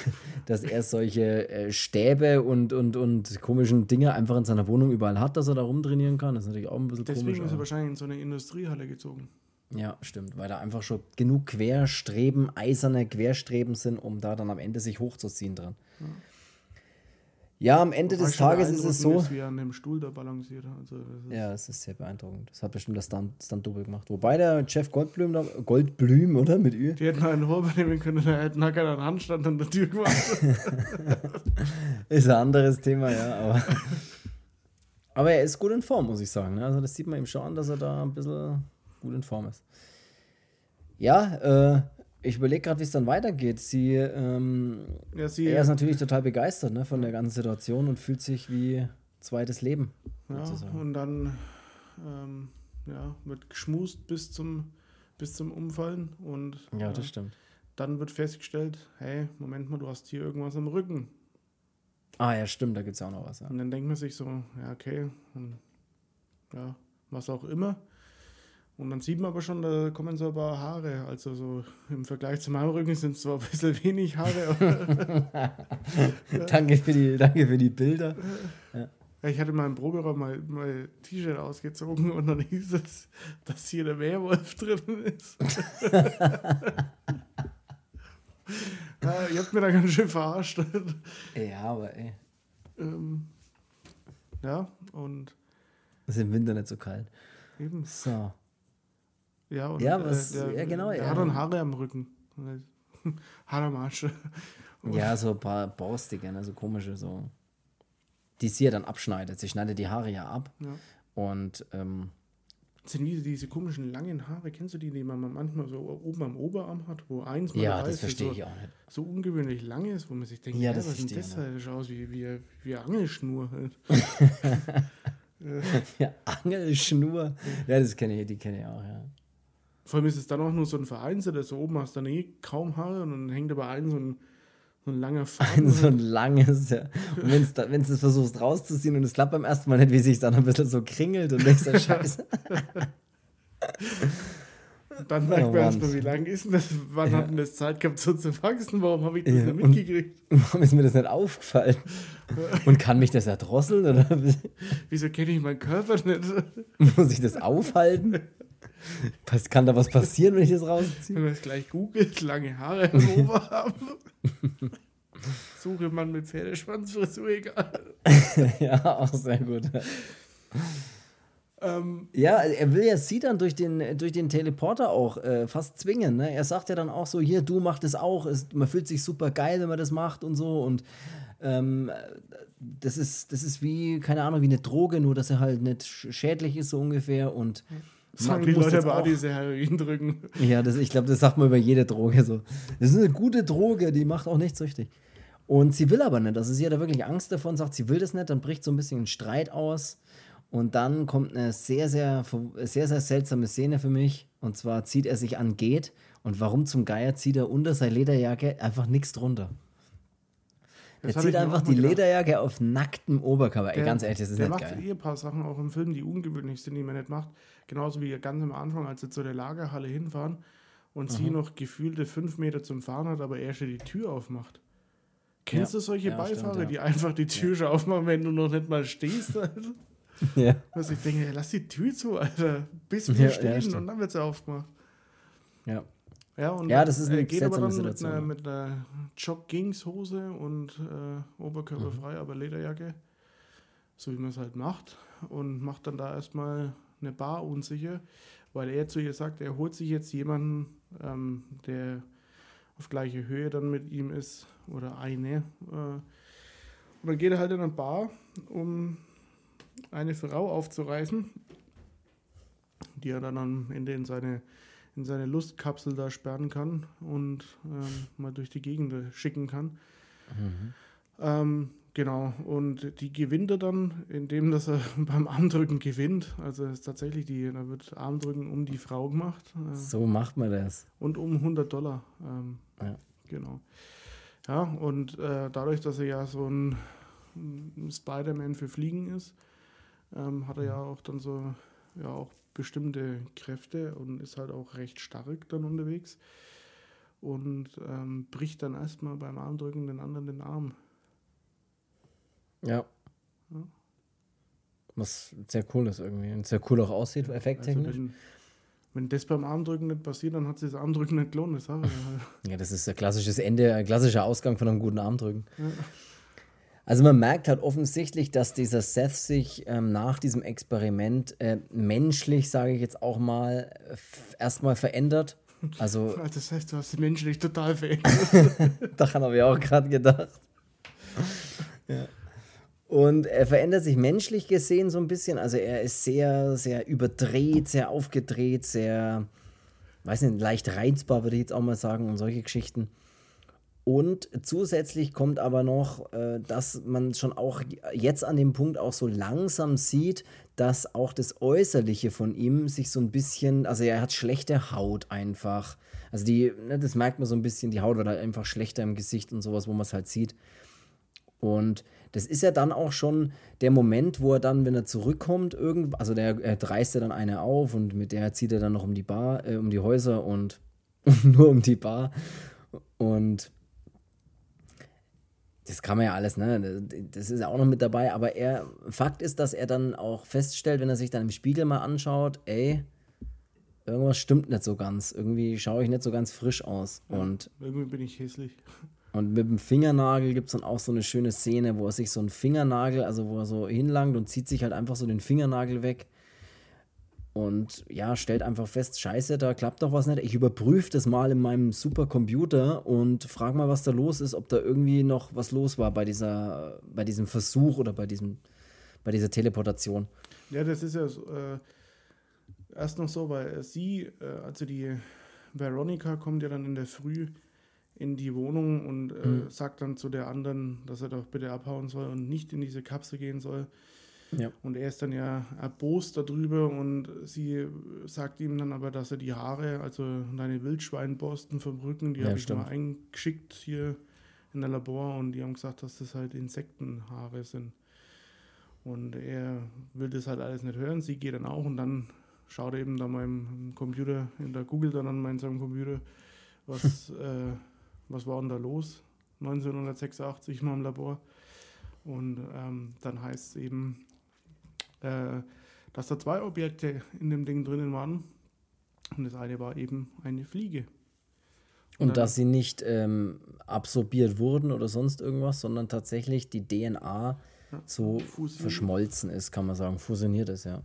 Stäbe und komischen Dinge einfach in seiner Wohnung überall hat, dass er da rumtrainieren kann. Das ist natürlich auch ein bisschen Deswegen komisch. Deswegen ist er wahrscheinlich in so eine Industriehalle gezogen. Ja, stimmt, weil da einfach schon genug eiserne Querstreben sind, um da dann am Ende sich hochzuziehen dran. Ja, am Ende des Tages ist es so. Ist, wie er an dem Stuhl da balanciert. Also das ist sehr beeindruckend. Das hat bestimmt das Stunt-Double gemacht. Wobei der Jeff Goldblum, oder? Mit Ü. Die hätten einen Rohr nehmen können, der hätte nachher einen Handstand an der Tür gemacht. Ist ein anderes Thema, ja. Aber er ist gut in Form, muss ich sagen. Also das sieht man ihm schon an, dass er da ein bisschen gut in Form ist. Ja, ich überlege gerade, wie es dann weitergeht. Er ist natürlich total begeistert, ne, von der ganzen Situation und fühlt sich wie zweites Leben. Ja, sozusagen. Und dann wird geschmust bis zum Umfallen. Und ja, das stimmt. Dann wird festgestellt, hey, Moment mal, du hast hier irgendwas am Rücken. Ah ja, stimmt, da gibt es ja auch noch was. Ja. Und dann denkt man sich so, ja, okay, und, ja, was auch immer. Und dann sieht man aber schon, da kommen so ein paar Haare. Also so im Vergleich zu meinem Rücken sind es zwar ein bisschen wenig Haare. Danke für die Bilder. Ja. Ich hatte mal im Proberaum mein T-Shirt ausgezogen und dann hieß es, dass hier der Werwolf drin ist. Ja, ihr habt mir da ganz schön verarscht. Ja, aber ey. Ja, und... Es ist im Winter nicht so kalt. Eben. So. Ja, und ja, genau. Der hat dann Haare am Rücken. Haare am Arsch. Ja, so ein paar borstige, ne, so komische, so. Die sie ja dann abschneidet. Sie schneidet die Haare ja ab. Ja. Und, sind diese komischen langen Haare, kennst du die man manchmal so oben am Oberarm hat, wo eins mal ja, das verstehe ich auch nicht. So ungewöhnlich lang ist, wo man sich denkt, ja, was ist denn das halt? Das schaut aus wie Angelschnur halt. Ja, Angelschnur. Ja, die kenne ich auch, ja. Vor allem ist es dann auch nur so ein vereinzelter, so oben hast du dann kaum Haare und dann hängt aber so ein langer Faden. So ein langes, ja. Und wenn du es versuchst rauszuziehen und es klappt beim ersten Mal nicht, wie sich dann ein bisschen so kringelt und denkst, Scheiße. Dann merkt man erstmal, wie lang ist denn das? Wann hat denn das Zeit gehabt, so zu wachsen? Warum habe ich das nicht mitgekriegt? Warum ist mir das nicht aufgefallen? Und kann mich das erdrosseln? Oder? Wieso kenne ich meinen Körper nicht? Muss ich das aufhalten? Kann da was passieren, wenn ich das rausziehe? Wenn man es gleich googelt, lange Haare im Oberarm. Suche Mann mit Pferdeschwanzfrisur, egal. Ja, auch sehr gut. Ja, er will ja sie dann durch den Teleporter auch fast zwingen. Ne? Er sagt ja dann auch so, hier, du mach das auch. Man fühlt sich super geil, wenn man das macht und so. Und das ist wie, keine Ahnung, wie eine Droge, nur dass er halt nicht schädlich ist, so ungefähr. Und sagen die Leute aber auch diese Heroin drücken. Ja, ich glaube, das sagt man über jede Droge so. Das ist eine gute Droge, die macht auch nicht süchtig. Und sie will aber nicht. Also sie hat da wirklich Angst davon, sagt, sie will das nicht. Dann bricht so ein bisschen ein Streit aus. Und dann kommt eine sehr, sehr, sehr, sehr seltsame Szene für mich. Und zwar zieht er sich an, geht. Und warum zum Geier zieht er unter seine Lederjacke einfach nichts drunter? Er zieht einfach die Lederjacke auf nacktem Oberkörper. Ey, ganz ehrlich, das ist nicht geil. Der macht ein paar Sachen auch im Film, die ungewöhnlich sind, die man nicht macht. Genauso wie ganz am Anfang, als sie zu der Lagerhalle hinfahren und sie noch gefühlte 5 Meter zum Fahren hat, aber er schon die Tür aufmacht. Kennst du solche Beifahrer, stimmt, die einfach die Tür schon aufmachen, wenn du noch nicht mal stehst? Alter? Ja. Also ich denke, lass die Tür zu, Alter, bis wir stehen und dann wird sie aufgemacht. Ja. Und das ist eine geht aber dann Situation. mit einer Joggingshose und oberkörperfrei, aber Lederjacke, so wie man es halt macht, und macht dann da erstmal eine Bar unsicher, weil er zu ihr sagt, er holt sich jetzt jemanden, der auf gleicher Höhe dann mit ihm ist, oder eine. Und dann geht er halt in eine Bar, um eine Frau aufzureißen, die er dann am Ende in seine Lustkapsel da sperren kann und mal durch die Gegend schicken kann. Genau, und die gewinnt er dann, indem dass er beim Armdrücken gewinnt. Also es ist tatsächlich, da wird Armdrücken um die Frau gemacht. So macht man das. Und um $100. Ja. Genau. Ja, und dadurch, dass er ja so ein Spider-Man für Fliegen ist, hat er ja auch dann so auch bestimmte Kräfte und ist halt auch recht stark dann unterwegs und bricht dann erstmal beim Armdrücken den anderen den Arm. Ja. Was sehr cool ist irgendwie und sehr cool auch aussieht, effekttechnisch. Also wenn das beim Armdrücken nicht passiert, dann hat sich das Armdrücken nicht gelohnt. Das ja, das ist ein klassisches Ende, ein klassischer Ausgang von einem guten Armdrücken. Ja. Also man merkt halt offensichtlich, dass dieser Seth sich nach diesem Experiment menschlich, sage ich jetzt auch mal, erstmal verändert. Also, das heißt, du hast dich menschlich total verändert. Daran habe ich auch gerade gedacht. Ja. Und er verändert sich menschlich gesehen so ein bisschen. Also er ist sehr, sehr überdreht, sehr aufgedreht, sehr, weiß nicht, leicht reizbar, würde ich jetzt auch mal sagen, und solche Geschichten. Und zusätzlich kommt aber noch, dass man schon auch jetzt an dem Punkt auch so langsam sieht, dass auch das Äußerliche von ihm sich so ein bisschen, also er hat schlechte Haut einfach. Also das merkt man so ein bisschen, die Haut wird halt einfach schlechter im Gesicht und sowas, wo man es halt sieht. Und das ist ja dann auch schon der Moment, wo er dann, wenn er zurückkommt, also er dreist ja dann eine auf und mit der zieht er dann noch um die Bar, um die Häuser und nur um die Bar. Und das kann man ja alles, ne? Das ist ja auch noch mit dabei, aber Fakt ist, dass er dann auch feststellt, wenn er sich dann im Spiegel mal anschaut, ey, irgendwas stimmt nicht so ganz. Irgendwie schaue ich nicht so ganz frisch aus. Ja, und irgendwie bin ich hässlich. Und mit dem Fingernagel gibt es dann auch so eine schöne Szene, wo er sich so einen Fingernagel, also wo er so hinlangt und zieht sich halt einfach so den Fingernagel weg. Und ja, stellt einfach fest, scheiße, da klappt doch was nicht. Ich überprüfe das mal in meinem Supercomputer und frage mal, was da los ist, ob da irgendwie noch was los war bei diesem Versuch oder bei dieser Teleportation. Ja, das ist ja erst noch so, weil also die Veronica kommt ja dann in der Früh in die Wohnung und sagt dann zu der anderen, dass er doch bitte abhauen soll und nicht in diese Kapsel gehen soll. Ja. Und er ist dann ja erbost darüber und sie sagt ihm dann aber, dass er die Haare, also deine Wildschweinborsten vom Rücken, die habe ich mal eingeschickt hier in der Labor und die haben gesagt, dass das halt Insektenhaare sind. Und er will das halt alles nicht hören, sie geht dann auch und dann schaut er eben da mal im Computer, da googelt er dann mal in seinem Computer, was war denn da los? 1986 mal im Labor. Und dann heißt es eben, dass da 2 Objekte in dem Ding drinnen waren. Und das eine war eben eine Fliege. Und dass sie nicht absorbiert wurden oder sonst irgendwas, sondern tatsächlich die DNA so verschmolzen ist, kann man sagen. Fusioniert ist, ja.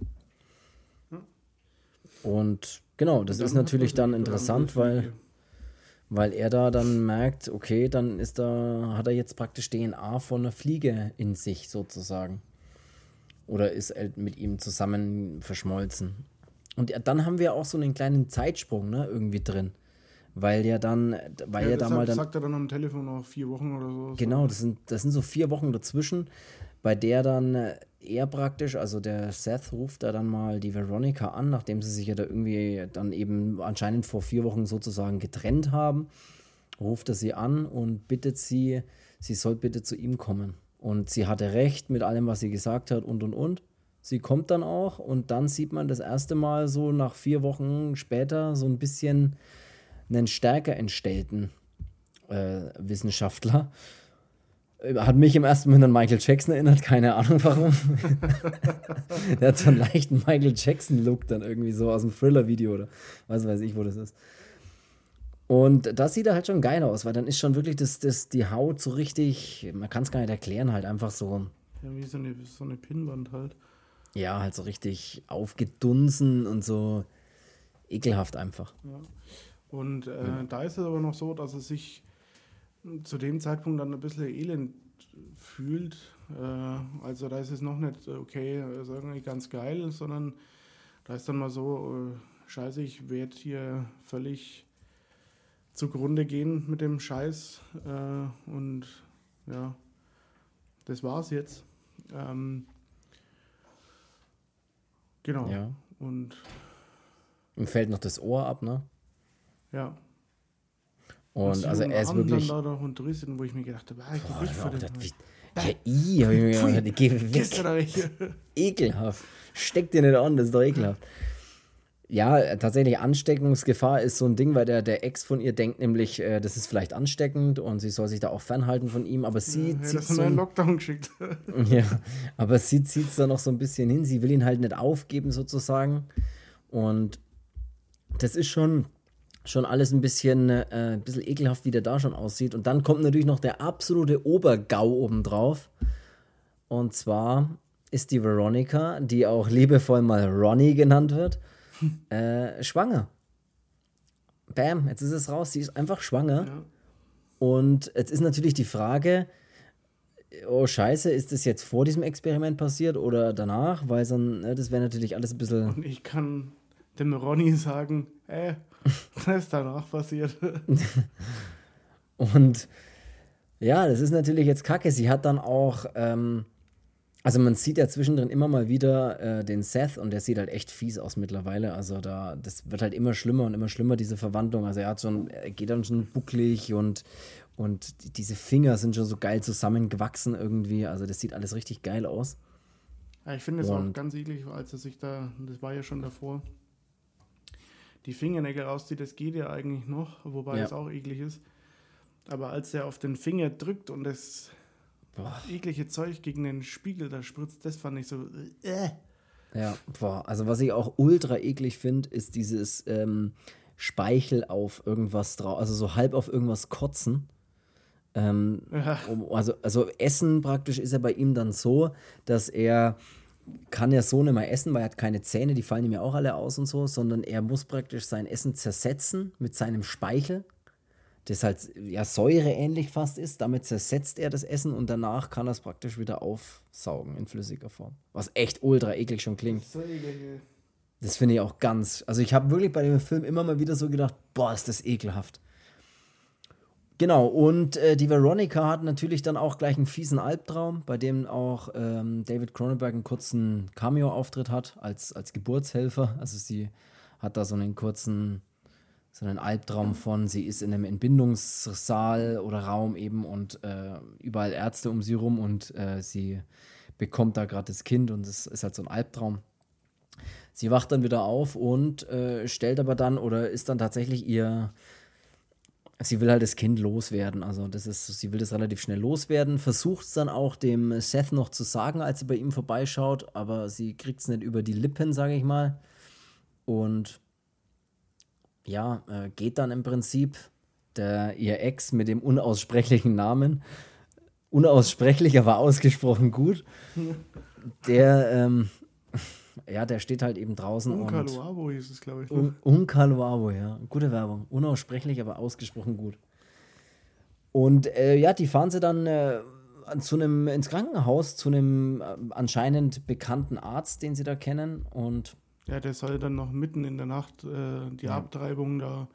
Und genau, das ist natürlich dann interessant, weil er da dann merkt, okay, dann hat er jetzt praktisch DNA von einer Fliege in sich sozusagen. Oder ist mit ihm zusammen verschmolzen. Und dann haben wir auch so einen kleinen Zeitsprung, ne, irgendwie drin. Weil ja dann, sagt er dann am Telefon noch 4 Wochen oder so. Genau, das sind so 4 Wochen dazwischen, bei der dann er praktisch, also der Seth ruft da dann mal die Veronica an, nachdem sie sich ja da irgendwie dann eben anscheinend vor 4 Wochen sozusagen getrennt haben, ruft er sie an und bittet sie soll bitte zu ihm kommen. Und sie hatte recht mit allem, was sie gesagt hat und. Sie kommt dann auch und dann sieht man das erste Mal so nach 4 Wochen später so ein bisschen einen stärker entstellten Wissenschaftler. Hat mich im ersten Moment an Michael Jackson erinnert, keine Ahnung warum. Der hat so einen leichten Michael Jackson-Look dann irgendwie so aus dem Thriller-Video oder was weiß ich, wo das ist. Und das sieht halt schon geil aus, weil dann ist schon wirklich die Haut so richtig, man kann es gar nicht erklären, halt einfach so. Ja, wie so eine Pinnwand halt. Ja, halt so richtig aufgedunsen und so ekelhaft einfach. Ja. Und da ist es aber noch so, dass es sich zu dem Zeitpunkt dann ein bisschen elend fühlt. Also da ist es noch nicht, okay, ist irgendwie ganz geil, sondern da ist dann mal so, scheiße, ich werde hier völlig zugrunde gehen mit dem Scheiß. Und ja, das war's jetzt. Genau. Ja. Und ihm fällt noch das Ohr ab, ne? Ja. Und also er ist wirklich. Dann da noch und wo ich mir gedacht habe, ich geh weg von dem. Ja, hab ich mir gedacht, geh weg. Ekelhaft. Steck dir nicht an, das ist doch ekelhaft. Ja, tatsächlich Ansteckungsgefahr ist so ein Ding, weil der Ex von ihr denkt nämlich, das ist vielleicht ansteckend und sie soll sich da auch fernhalten von ihm, aber sie zieht so einen Lockdown geschickt. Ja, aber sie zieht es da noch so ein bisschen hin, sie will ihn halt nicht aufgeben sozusagen und das ist schon alles ein bisschen ekelhaft, wie der da schon aussieht und dann kommt natürlich noch der absolute Obergau obendrauf und zwar ist die Veronica, die auch liebevoll mal Ronnie genannt wird, schwanger. Bam, jetzt ist es raus, sie ist einfach schwanger. Ja. Und jetzt ist natürlich die Frage, oh scheiße, ist das jetzt vor diesem Experiment passiert oder danach? Weil dann, das wäre natürlich alles ein bisschen... Und ich kann dem Ronny sagen, das ist danach passiert. Und ja, das ist natürlich jetzt kacke. Sie hat dann auch... Also man sieht ja zwischendrin immer mal wieder den Seth und der sieht halt echt fies aus mittlerweile. Also das wird halt immer schlimmer und immer schlimmer, diese Verwandlung. Also er geht dann schon bucklig und Und diese Finger sind schon so geil zusammengewachsen irgendwie. Also das sieht alles richtig geil aus. Ja, ich finde es auch ganz eklig, als er sich da, das war ja schon davor, die Fingernägel rauszieht, das geht ja eigentlich noch, wobei es auch eklig ist. Aber als er auf den Finger drückt und das eklige Zeug gegen den Spiegel da spritzt, das fand ich so. Ja, also was ich auch ultra eklig finde, ist dieses Speichel auf irgendwas drauf, also so halb auf irgendwas kotzen. Also Essen praktisch ist ja bei ihm dann so, dass er kann ja so nicht mehr essen, weil er hat keine Zähne, die fallen ihm ja auch alle aus und so, sondern er muss praktisch sein Essen zersetzen mit seinem Speichel, das halt ja säureähnlich fast ist. Damit zersetzt er das Essen und danach kann er es praktisch wieder aufsaugen in flüssiger Form. Was echt ultra eklig schon klingt. Das finde ich auch ganz. Also ich habe wirklich bei dem Film immer mal wieder so gedacht, boah, ist das ekelhaft. Genau, und die Veronica hat natürlich dann auch gleich einen fiesen Albtraum, bei dem auch David Cronenberg einen kurzen Cameo-Auftritt hat als Geburtshelfer. Also sie hat da so einen Albtraum von, sie ist in einem Entbindungssaal oder Raum eben und überall Ärzte um sie rum und sie bekommt da gerade das Kind und es ist halt so ein Albtraum. Sie wacht dann wieder auf und stellt aber dann oder ist dann tatsächlich sie will halt das Kind loswerden, also sie will das relativ schnell loswerden, versucht es dann auch dem Seth noch zu sagen, als sie bei ihm vorbeischaut, aber sie kriegt es nicht über die Lippen, sage ich mal. Und ja, geht dann im Prinzip ihr Ex mit dem unaussprechlichen Namen, unaussprechlich, aber ausgesprochen gut, der steht halt eben draußen. Unkaluabo hieß es, glaube ich. Unkaluabo, ja. Gute Werbung. Unaussprechlich, aber ausgesprochen gut. Und die fahren sie dann ins Krankenhaus, zu einem anscheinend bekannten Arzt, den sie da kennen. Und ja, der soll dann noch mitten in der Nacht die Abtreibung da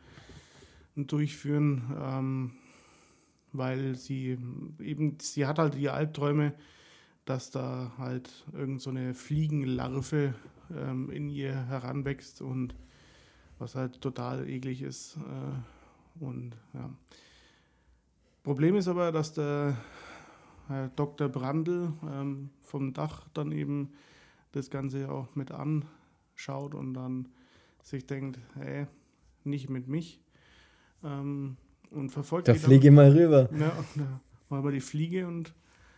durchführen, weil sie hat halt die Albträume, dass da halt irgend so eine Fliegenlarve in ihr heranwächst und was halt total eklig ist. Und ja. Problem ist aber, dass der Herr Dr. Brandl vom Dach dann eben das Ganze auch mit anschaut und dann sich denkt, hey, nicht mit mich. Und verfolgt da fliege ich mal rüber. Ja, da machen wir die Fliege und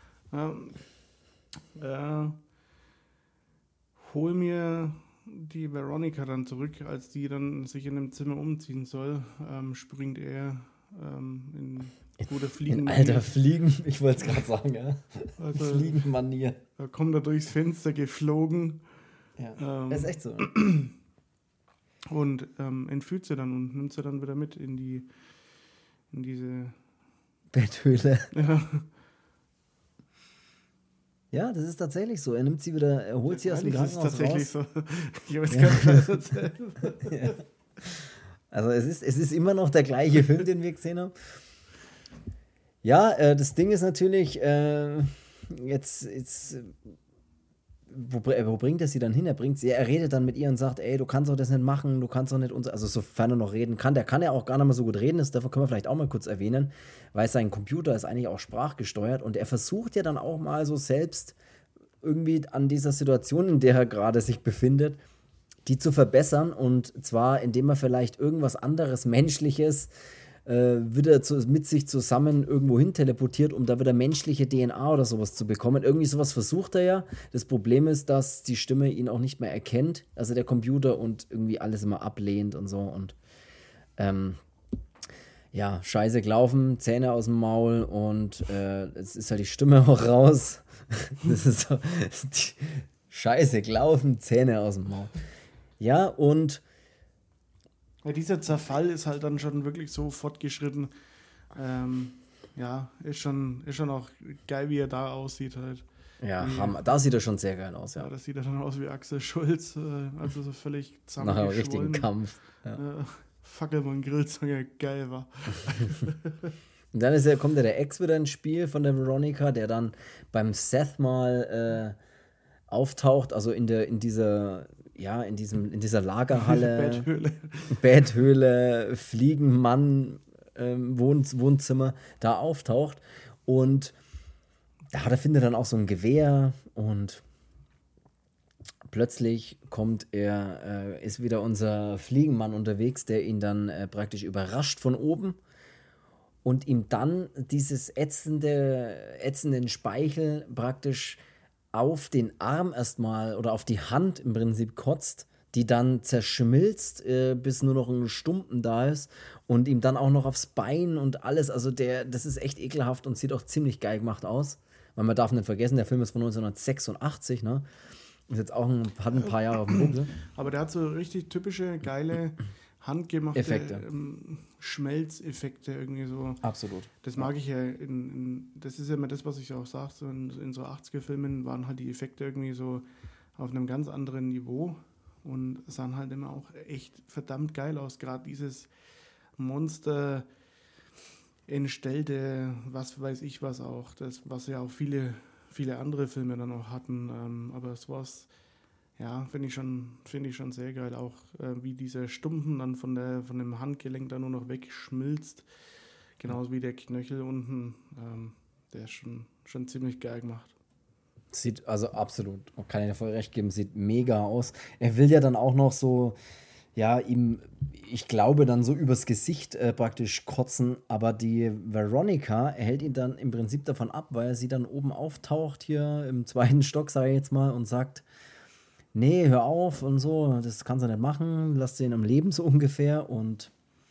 hol mir die Veronica dann zurück, als die dann sich in dem Zimmer umziehen soll, springt er in guter Fliegenmanier. In alter Fliegen, ich wollte es gerade sagen, ja. Also, Fliegenmanier. Da kommt er durchs Fenster geflogen. Ja, das ist echt so. Und entführt sie dann und nimmt sie dann wieder mit in diese Betthöhle. Ja. Ja, das ist tatsächlich so. Er holt sie aus dem Krankenhaus raus. Das ist tatsächlich so. Ich habe jetzt keinen Scheiß erzählt. Ja. Also es ist immer noch der gleiche Film, den wir gesehen haben. Ja, das Ding ist natürlich, jetzt wo bringt er sie dann hin? Er redet dann mit ihr und sagt, ey, du kannst doch das nicht machen, du kannst doch nicht also sofern er noch reden kann, der kann ja auch gar nicht mehr so gut reden, das können wir vielleicht auch mal kurz erwähnen, weil sein Computer ist eigentlich auch sprachgesteuert und er versucht ja dann auch mal so selbst irgendwie an dieser Situation, in der er gerade sich befindet, die zu verbessern und zwar, indem er vielleicht irgendwas anderes, Menschliches wieder mit sich zusammen irgendwo hin teleportiert, um da wieder menschliche DNA oder sowas zu bekommen. Irgendwie sowas versucht er ja. Das Problem ist, dass die Stimme ihn auch nicht mehr erkennt, also der Computer, und irgendwie alles immer ablehnt und so. Und scheiße gelaufen, Zähne aus dem Maul und es ist halt die Stimme auch raus. Das ist so, scheiße gelaufen, Zähne aus dem Maul. Ja, und ja, dieser Zerfall ist halt dann schon wirklich so fortgeschritten. Ist schon auch geil, wie er da aussieht halt. Ja, da sieht er schon sehr geil aus, ja. Ja, das sieht er dann aus wie Axel Schulz, also so völlig zusammengeschwollen. Nach einem richtigen Kampf. Ja. Fackelmann Grillzange, geil war. Und dann kommt der Ex wieder ins Spiel von der Veronica, der dann beim Seth mal auftaucht, also in dieser Lagerhalle, Betthöhle, Fliegenmann, Wohnzimmer da auftaucht. Und da findet er dann auch so ein Gewehr und plötzlich ist wieder unser Fliegenmann unterwegs, der ihn dann praktisch überrascht von oben und ihm dann dieses ätzenden Speichel praktisch auf den Arm erstmal oder auf die Hand im Prinzip kotzt, die dann zerschmilzt, bis nur noch ein Stumpen da ist und ihm dann auch noch aufs Bein und alles. Also das ist echt ekelhaft und sieht auch ziemlich geil gemacht aus. Weil man darf nicht vergessen, der Film ist von 1986, ne? Ist jetzt auch hat ein paar Jahre auf dem Buckel. Aber der hat so richtig typische, geile, handgemachte Effekte. Schmelzeffekte irgendwie so. Absolut. Das mag ich ja. Das ist ja immer das, was ich auch sage. So in so 80er-Filmen waren halt die Effekte irgendwie so auf einem ganz anderen Niveau und sahen halt immer auch echt verdammt geil aus. Gerade dieses Monster entstellte, was weiß ich was auch. Das, was ja auch viele andere Filme dann auch hatten. Aber sowas, ja, finde ich schon sehr geil. Auch wie dieser Stumpen dann von dem Handgelenk dann nur noch wegschmilzt. Genauso wie der Knöchel unten. Der ist schon ziemlich geil gemacht. Sieht, also absolut, kann ich dir voll recht geben, sieht mega aus. Er will ja dann auch noch so, ja, ich glaube, dann so übers Gesicht praktisch kotzen, aber die Veronica hält ihn dann im Prinzip davon ab, weil sie dann oben auftaucht, hier im 2. Stock, sage ich jetzt mal, und sagt, nee, hör auf und so, das kannst du nicht machen, lass den am Leben so ungefähr. Und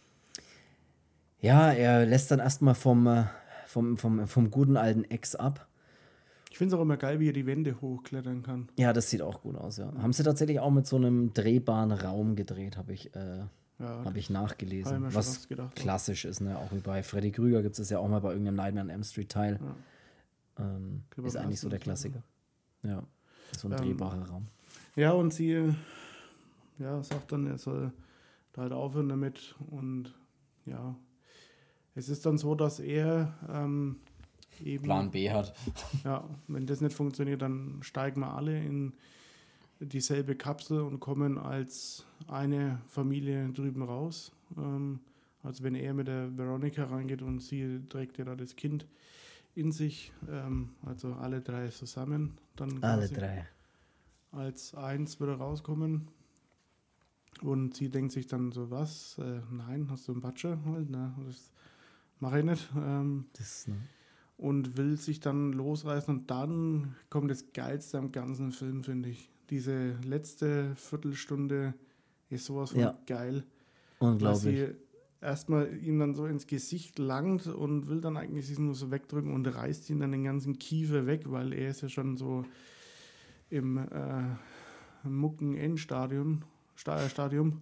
ja, er lässt dann erstmal vom guten alten Ex ab. Ich finde es auch immer geil, wie er die Wände hochklettern kann. Ja, das sieht auch gut aus, ja. Haben sie tatsächlich auch mit so einem drehbaren Raum gedreht, habe ich nachgelesen. Was gedacht, klassisch ist, ne? Auch wie bei Freddy Krüger gibt es ja auch mal bei irgendeinem Nightmare on Elm Street Teil. Ja. Ist eigentlich so der Klassiker. Ja, so ein drehbarer Raum. Ja, und sie sagt dann, er soll da halt aufhören damit. Und ja, es ist dann so, dass er eben Plan B hat. Ja, wenn das nicht funktioniert, dann steigen wir alle in dieselbe Kapsel und kommen als eine Familie drüben raus. Also wenn er mit der Veronica reingeht und sie trägt ja da das Kind in sich, also alle drei zusammen, dann alle drei als eins wieder rauskommen. Und sie denkt sich dann so, was? Nein, hast du einen Batsche? Halt, ne? Das mache ich nicht. Und will sich dann losreißen und dann kommt das Geilste am ganzen Film, finde ich. Diese letzte Viertelstunde ist sowas von geil. Unglaublich. Weil sie erstmal ihm dann so ins Gesicht langt und will dann eigentlich sich nur so wegdrücken und reißt ihn dann den ganzen Kiefer weg, weil er ist ja schon so im Mucken-Endstadium. Stadion.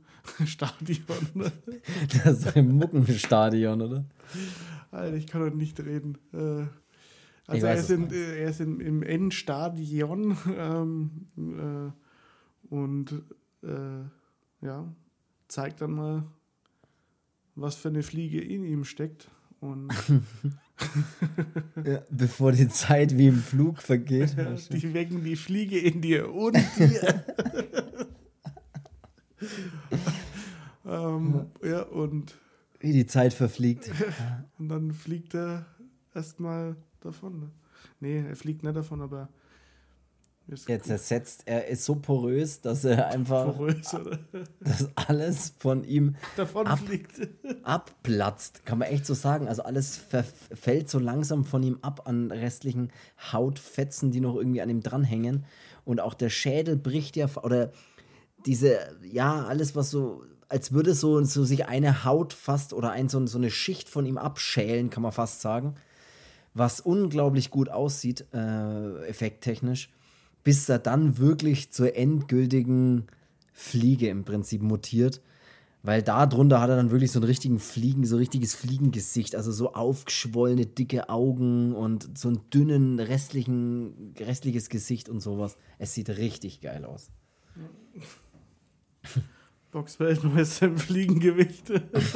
Das ist ein Muckenstadion, oder? Alter, ich kann doch nicht reden. Also er ist im Endstadion und zeigt dann mal, was für eine Fliege in ihm steckt. Und ja, bevor die Zeit wie im Flug vergeht. Die wecken die Fliege in dir und dir. Und wie die Zeit verfliegt. Und dann fliegt er erstmal davon. Ne? Nee, er fliegt nicht davon, aber er zersetzt, er ist so porös, dass er einfach dass alles von ihm davon fliegt. Abplatzt, kann man echt so sagen. Also alles fällt so langsam von ihm ab an restlichen Hautfetzen, die noch irgendwie an ihm dranhängen. Und auch der Schädel bricht ja, oder alles, was so, als würde so sich eine Haut fast oder so eine Schicht von ihm abschälen, kann man fast sagen. Was unglaublich gut aussieht, effekttechnisch, bis er dann wirklich zur endgültigen Fliege im Prinzip mutiert. Weil da drunter hat er dann wirklich so ein richtiges Fliegengesicht, also so aufgeschwollene, dicke Augen und so ein restliches Gesicht und sowas. Es sieht richtig geil aus. Boxweltmeister im Fliegengewicht.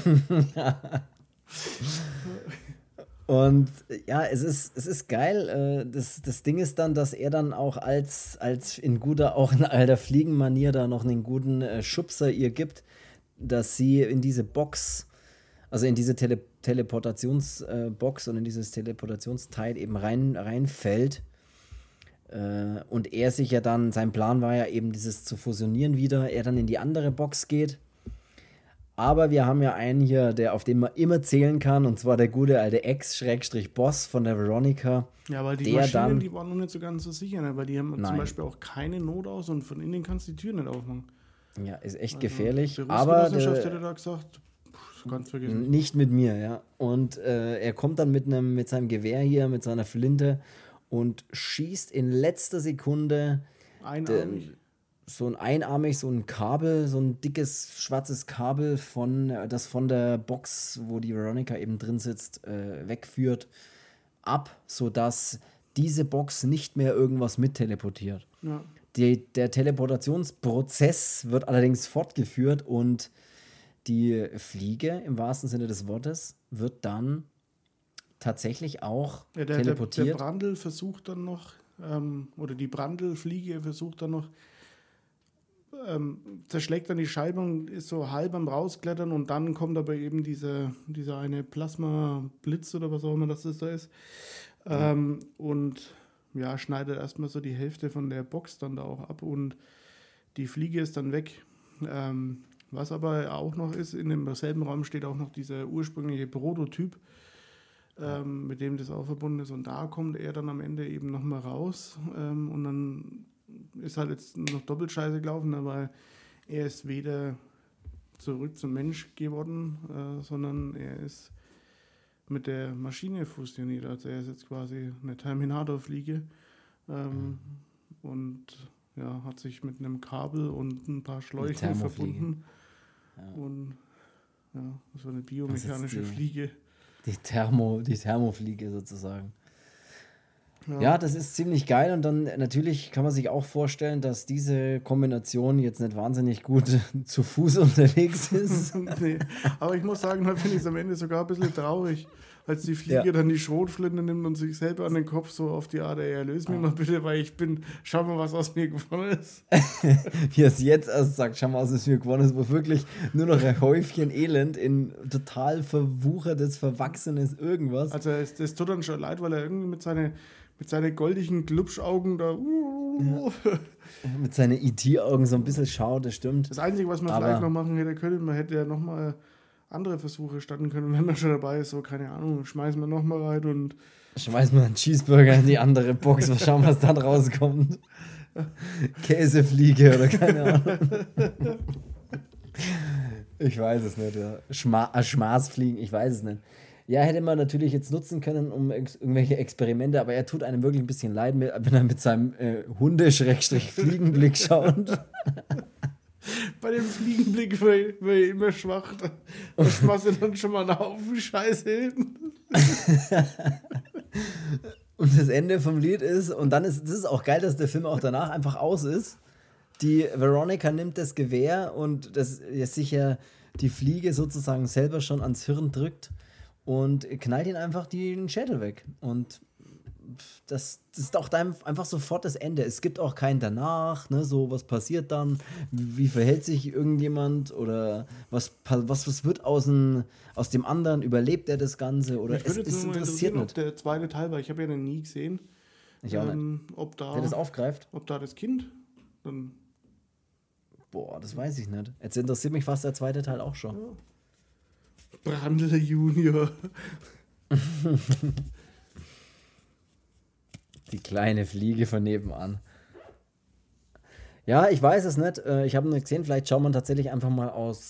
Und ja, es ist geil. Das Ding ist dann, dass er dann auch als in alter Fliegenmanier da noch einen guten Schubser ihr gibt, dass sie in diese Box, also in diese Teleportationsbox und in dieses Teleportationsteil eben reinfällt. Und er sich ja dann, sein Plan war ja eben dieses zu fusionieren wieder, er dann in die andere Box geht. Aber wir haben ja einen hier, auf den man immer zählen kann, und zwar der gute alte Ex-Boss von der Veronica. Ja, weil die Maschinen, die waren noch nicht so ganz so sicher, ne? Weil die haben zum Beispiel auch keine Not aus und von innen kannst du die Tür nicht aufmachen. Ja, ist echt gefährlich. Aber hätte da gesagt, ganz vergessen. Nicht mit mir, ja. Und er kommt dann mit seinem Gewehr hier, mit seiner Flinte und schießt in letzter Sekunde so ein Kabel, so ein dickes schwarzes Kabel das von der Box, wo die Veronica eben drin sitzt, wegführt, ab, sodass diese Box nicht mehr irgendwas mitteleportiert. Ja. Der Teleportationsprozess wird allerdings fortgeführt und die Fliege, im wahrsten Sinne des Wortes, wird dann tatsächlich auch teleportiert. Der Brandl versucht dann noch, oder die Brandl-Fliege versucht dann noch, zerschlägt dann die Scheibe und ist so halb am Rausklettern und dann kommt aber eben dieser eine Plasma-Blitz oder was auch immer das da ist. Und ja, schneidet erstmal so die Hälfte von der Box dann da auch ab und die Fliege ist dann weg. Was aber auch noch ist, in demselben Raum steht auch noch dieser ursprüngliche Prototyp, mit dem das auch verbunden ist. Und da kommt er dann am Ende eben nochmal raus. Und dann ist halt jetzt noch doppelt scheiße gelaufen, weil er ist weder zurück zum Mensch geworden, sondern er ist mit der Maschine fusioniert. Also er ist jetzt quasi eine Terminator-Fliege und ja, hat sich mit einem Kabel und ein paar Schläuchen verbunden. Ja. Und ja, das war eine biomechanische Fliege. Die Thermofliege sozusagen. Ja, das ist ziemlich geil und dann natürlich kann man sich auch vorstellen, dass diese Kombination jetzt nicht wahnsinnig gut zu Fuß unterwegs ist. Nee, aber ich muss sagen, da finde ich es am Ende sogar ein bisschen traurig, als die Fliege dann die Schrotflinte nimmt und sich selber an den Kopf so auf die Art, erlöse mich mal bitte, weil schau mal, was aus mir geworden ist. Wie er es jetzt erst sagt, schau mal, was aus mir geworden ist, wo wirklich nur noch ein Häufchen Elend in total verwuchertes, verwachsenes irgendwas. Also das tut dann schon leid, weil er irgendwie mit seinen goldigen Glubschaugen da mit seinen E.T.-Augen so ein bisschen schaut, das stimmt. Das Einzige, was man vielleicht noch machen hätte können, man hätte ja nochmal andere Versuche starten können, wenn man schon dabei ist, so, keine Ahnung, schmeißen wir nochmal rein und schmeißen wir einen Cheeseburger in die andere Box, mal schauen, was dann rauskommt. Käsefliege oder keine Ahnung. Ich weiß es nicht, ja. Schmaßfliegen, ich weiß es nicht. Ja, hätte man natürlich jetzt nutzen können, um irgendwelche Experimente, aber er tut einem wirklich ein bisschen leid, wenn er mit seinem Hunde-Fliegenblick schaut. Bei dem Fliegenblick war ich immer schwach. Da schmeißt er dann schon mal einen Haufen Scheiße hin. Und das Ende vom Lied ist, und dann ist es auch geil, dass der Film auch danach einfach aus ist. Die Veronica nimmt das Gewehr und das sich ja die Fliege sozusagen selber schon ans Hirn drückt und knallt ihn einfach den Schädel weg. Und das ist auch einfach sofort das Ende. Es gibt auch kein danach, ne, so was passiert dann, wie verhält sich irgendjemand oder was wird aus dem anderen, überlebt er das Ganze oder es interessiert nicht. Der zweite Teil, weil ich habe ja den nie gesehen. Ich auch nicht. Ob da, der das aufgreift? Ob da das Kind dann... Boah, das weiß ich nicht. Jetzt interessiert mich fast der zweite Teil auch schon. Ja. Brandl Junior. Die kleine Fliege von nebenan. Ja, ich weiß es nicht. Ich habe nur gesehen, vielleicht schaut man tatsächlich einfach mal aus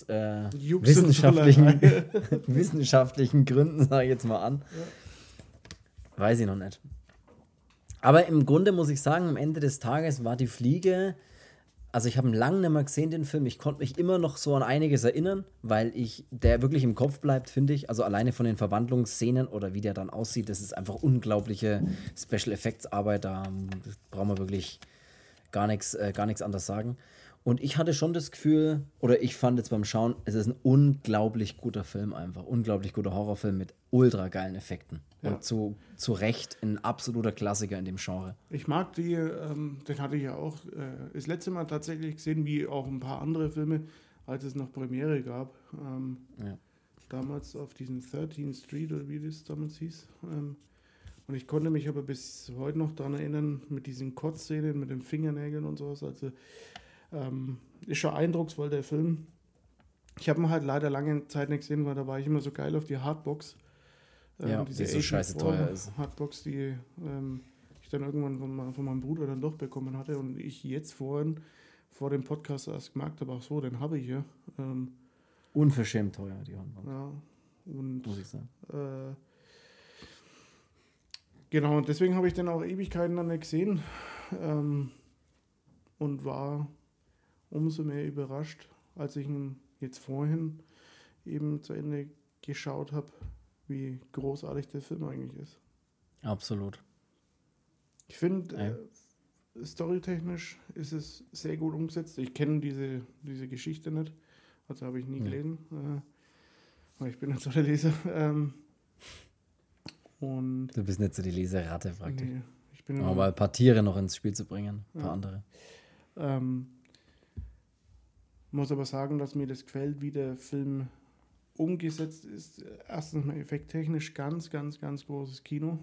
wissenschaftlichen Gründen, sage ich jetzt mal an. Ja. Weiß ich noch nicht. Aber im Grunde muss ich sagen, am Ende des Tages war die Fliege, also ich habe ihn lange nicht mehr gesehen, den Film. Ich konnte mich immer noch so an einiges erinnern, weil der wirklich im Kopf bleibt, finde ich. Also alleine von den Verwandlungsszenen oder wie der dann aussieht, das ist einfach unglaubliche Special Effects Arbeit. Da brauchen wir wirklich gar nichts anderes sagen. Und ich hatte schon das Gefühl, oder ich fand jetzt beim Schauen, es ist ein unglaublich guter Film einfach. Unglaublich guter Horrorfilm mit ultra geilen Effekten. Ja. Und zu Recht ein absoluter Klassiker in dem Genre. Ich mag den hatte ich ja auch das letzte Mal tatsächlich gesehen, wie auch ein paar andere Filme, als es noch Premiere gab. damals auf diesen 13th Street oder wie das damals hieß. Und ich konnte mich aber bis heute noch daran erinnern, mit diesen Kotzszenen, mit den Fingernägeln und sowas. Also ist schon eindrucksvoll, der Film. Ich habe ihn halt leider lange Zeit nicht gesehen, weil da war ich immer so geil auf die Hardbox. Die so scheiße teuer ist. Hardbox, die ich dann irgendwann von meinem Bruder dann doch bekommen hatte und ich jetzt vorhin vor dem Podcast erst gemerkt habe, ach so, den habe ich ja. Unverschämt teuer, die Hardbox. Ja, und muss ich sagen. Genau, und deswegen habe ich den auch Ewigkeiten dann nicht gesehen und war umso mehr überrascht, als ich ihn jetzt vorhin eben zu Ende geschaut habe, wie großartig der Film eigentlich ist. Absolut. Ich finde, storytechnisch ist es sehr gut umgesetzt. Ich kenne diese Geschichte nicht, also habe ich nie gelesen, weil ich bin nicht so der Leser. Und du bist nicht so die Leseratte, praktisch. Nee, ich bin aber ein paar Tiere noch ins Spiel zu bringen, ein paar andere. Muss aber sagen, dass mir das gefällt, wie der Film umgesetzt ist. Erstens mal effekttechnisch ganz, ganz, ganz großes Kino.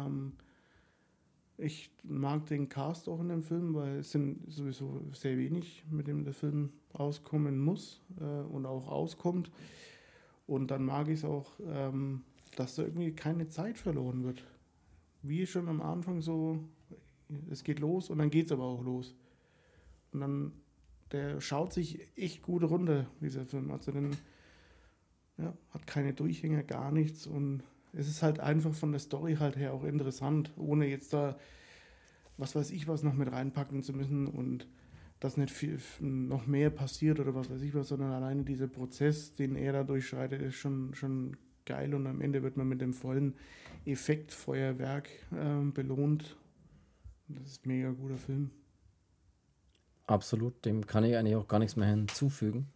Ich mag den Cast auch in dem Film, weil es sind sowieso sehr wenig, mit dem der Film auskommen muss und auch auskommt. Und dann mag ich es auch, dass da irgendwie keine Zeit verloren wird. Wie schon am Anfang so, es geht los und dann geht es aber auch los. Und dann, der schaut sich echt gut runter, dieser Film. Also hat keine Durchhänger, gar nichts. Und es ist halt einfach von der Story halt her auch interessant, ohne jetzt da, was weiß ich, was noch mit reinpacken zu müssen und dass nicht viel noch mehr passiert oder was weiß ich was, sondern alleine dieser Prozess, den er da durchschreitet, ist schon geil und am Ende wird man mit dem vollen Effektfeuerwerk belohnt. Das ist ein mega guter Film. Absolut, dem kann ich eigentlich auch gar nichts mehr hinzufügen.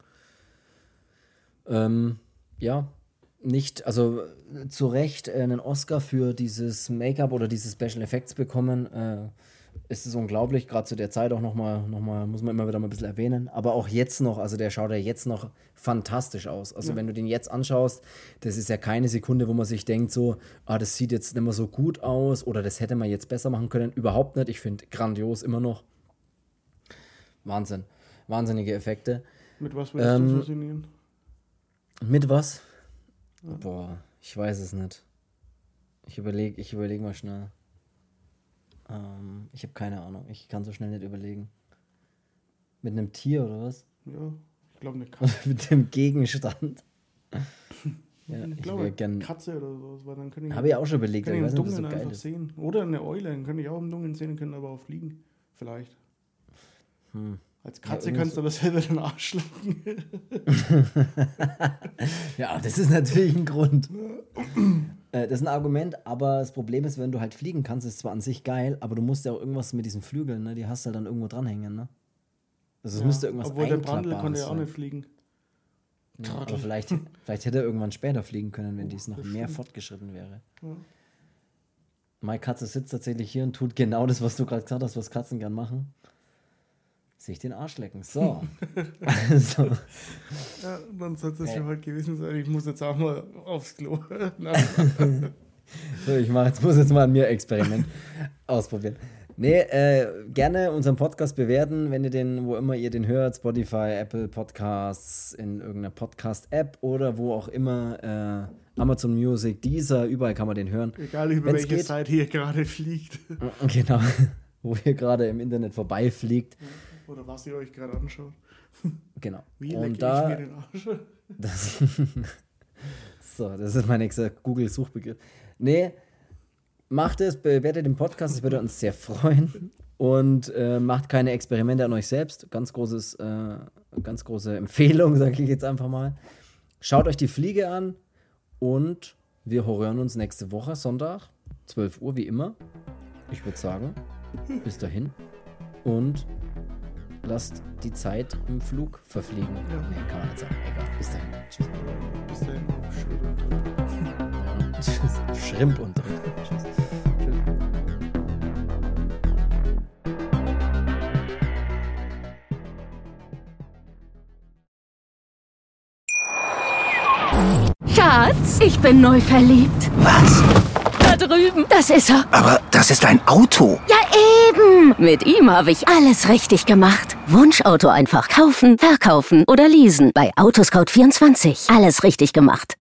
Nicht, also zu Recht einen Oscar für dieses Make-up oder diese Special Effects bekommen, ist es unglaublich, gerade zu der Zeit auch nochmal, muss man immer wieder mal ein bisschen erwähnen, aber auch jetzt noch, also der schaut ja jetzt noch fantastisch aus. Also wenn du den jetzt anschaust, das ist ja keine Sekunde, wo man sich denkt so, das sieht jetzt nicht mehr so gut aus oder das hätte man jetzt besser machen können. Überhaupt nicht, ich finde grandios immer noch. Wahnsinn, wahnsinnige Effekte. Mit was würdest du faszinieren? Mit was? Ja. Boah, ich weiß es nicht. Ich überleg mal schnell. Ich habe keine Ahnung. Ich kann so schnell nicht überlegen. Mit einem Tier oder was? Ja, ich glaube eine Katze. Mit dem Gegenstand. Ja, ich glaube eine Katze oder sowas, weil dann kann ich. Habe ich auch schon überlegt, aber ich weiß nicht, ob das so geil ist. Sehen. Oder eine Eule, dann könnte ich auch im Dunkeln sehen, können aber auch fliegen. Vielleicht. Als Katze kannst du aber selber den Arsch schlucken. Ja, das ist natürlich ein Grund. Das ist ein Argument, aber das Problem ist, wenn du halt fliegen kannst, ist zwar an sich geil, aber du musst ja auch irgendwas mit diesen Flügeln, ne? Die hast du halt dann irgendwo dranhängen, ne? Also es müsste irgendwas obwohl der Brandl konnte ja auch nicht fliegen. Ja, aber vielleicht hätte er irgendwann später fliegen können, wenn dies noch mehr fortgeschritten wäre. Ja. Meine Katze sitzt tatsächlich hier und tut genau das, was du gerade gesagt hast, was Katzen gern machen. Sich den Arsch lecken. So. Also. Ja, dann sollte es schon heute gewesen sein. Ich muss jetzt auch mal aufs Klo. So, muss jetzt mal an mir Experiment ausprobieren. Nee, gerne unseren Podcast bewerten, wenn ihr wo immer ihr den hört, Spotify, Apple Podcasts, in irgendeiner Podcast-App oder wo auch immer, Amazon Music, Deezer, überall kann man den hören. Egal über welche Seite hier gerade fliegt. Genau, wo ihr gerade im Internet vorbeifliegt. Oder was ihr euch gerade anschaut. Genau. Wie lecke ich mir den Arsch? Das ist mein nächster Google-Suchbegriff. Nee, macht es, bewertet den Podcast, das würde uns sehr freuen. Und macht keine Experimente an euch selbst. Ganz große Empfehlung, sage ich jetzt einfach mal. Schaut euch die Fliege an und wir hören uns nächste Woche, Sonntag, 12 Uhr, wie immer. Ich würde sagen, bis dahin. Und lasst die Zeit im Flug verfliegen. Ja. Nee, kann man nicht sagen. Egal. Bis dahin. Tschüss. Bis dahin. Tschüss. Schrimp und Tschüss. Schatz, ich bin neu verliebt. Was? Da drüben. Das ist er. Aber das ist ein Auto. Ja, eben. Mit ihm habe ich alles richtig gemacht. Wunschauto einfach kaufen, verkaufen oder leasen. Bei Autoscout24. Alles richtig gemacht.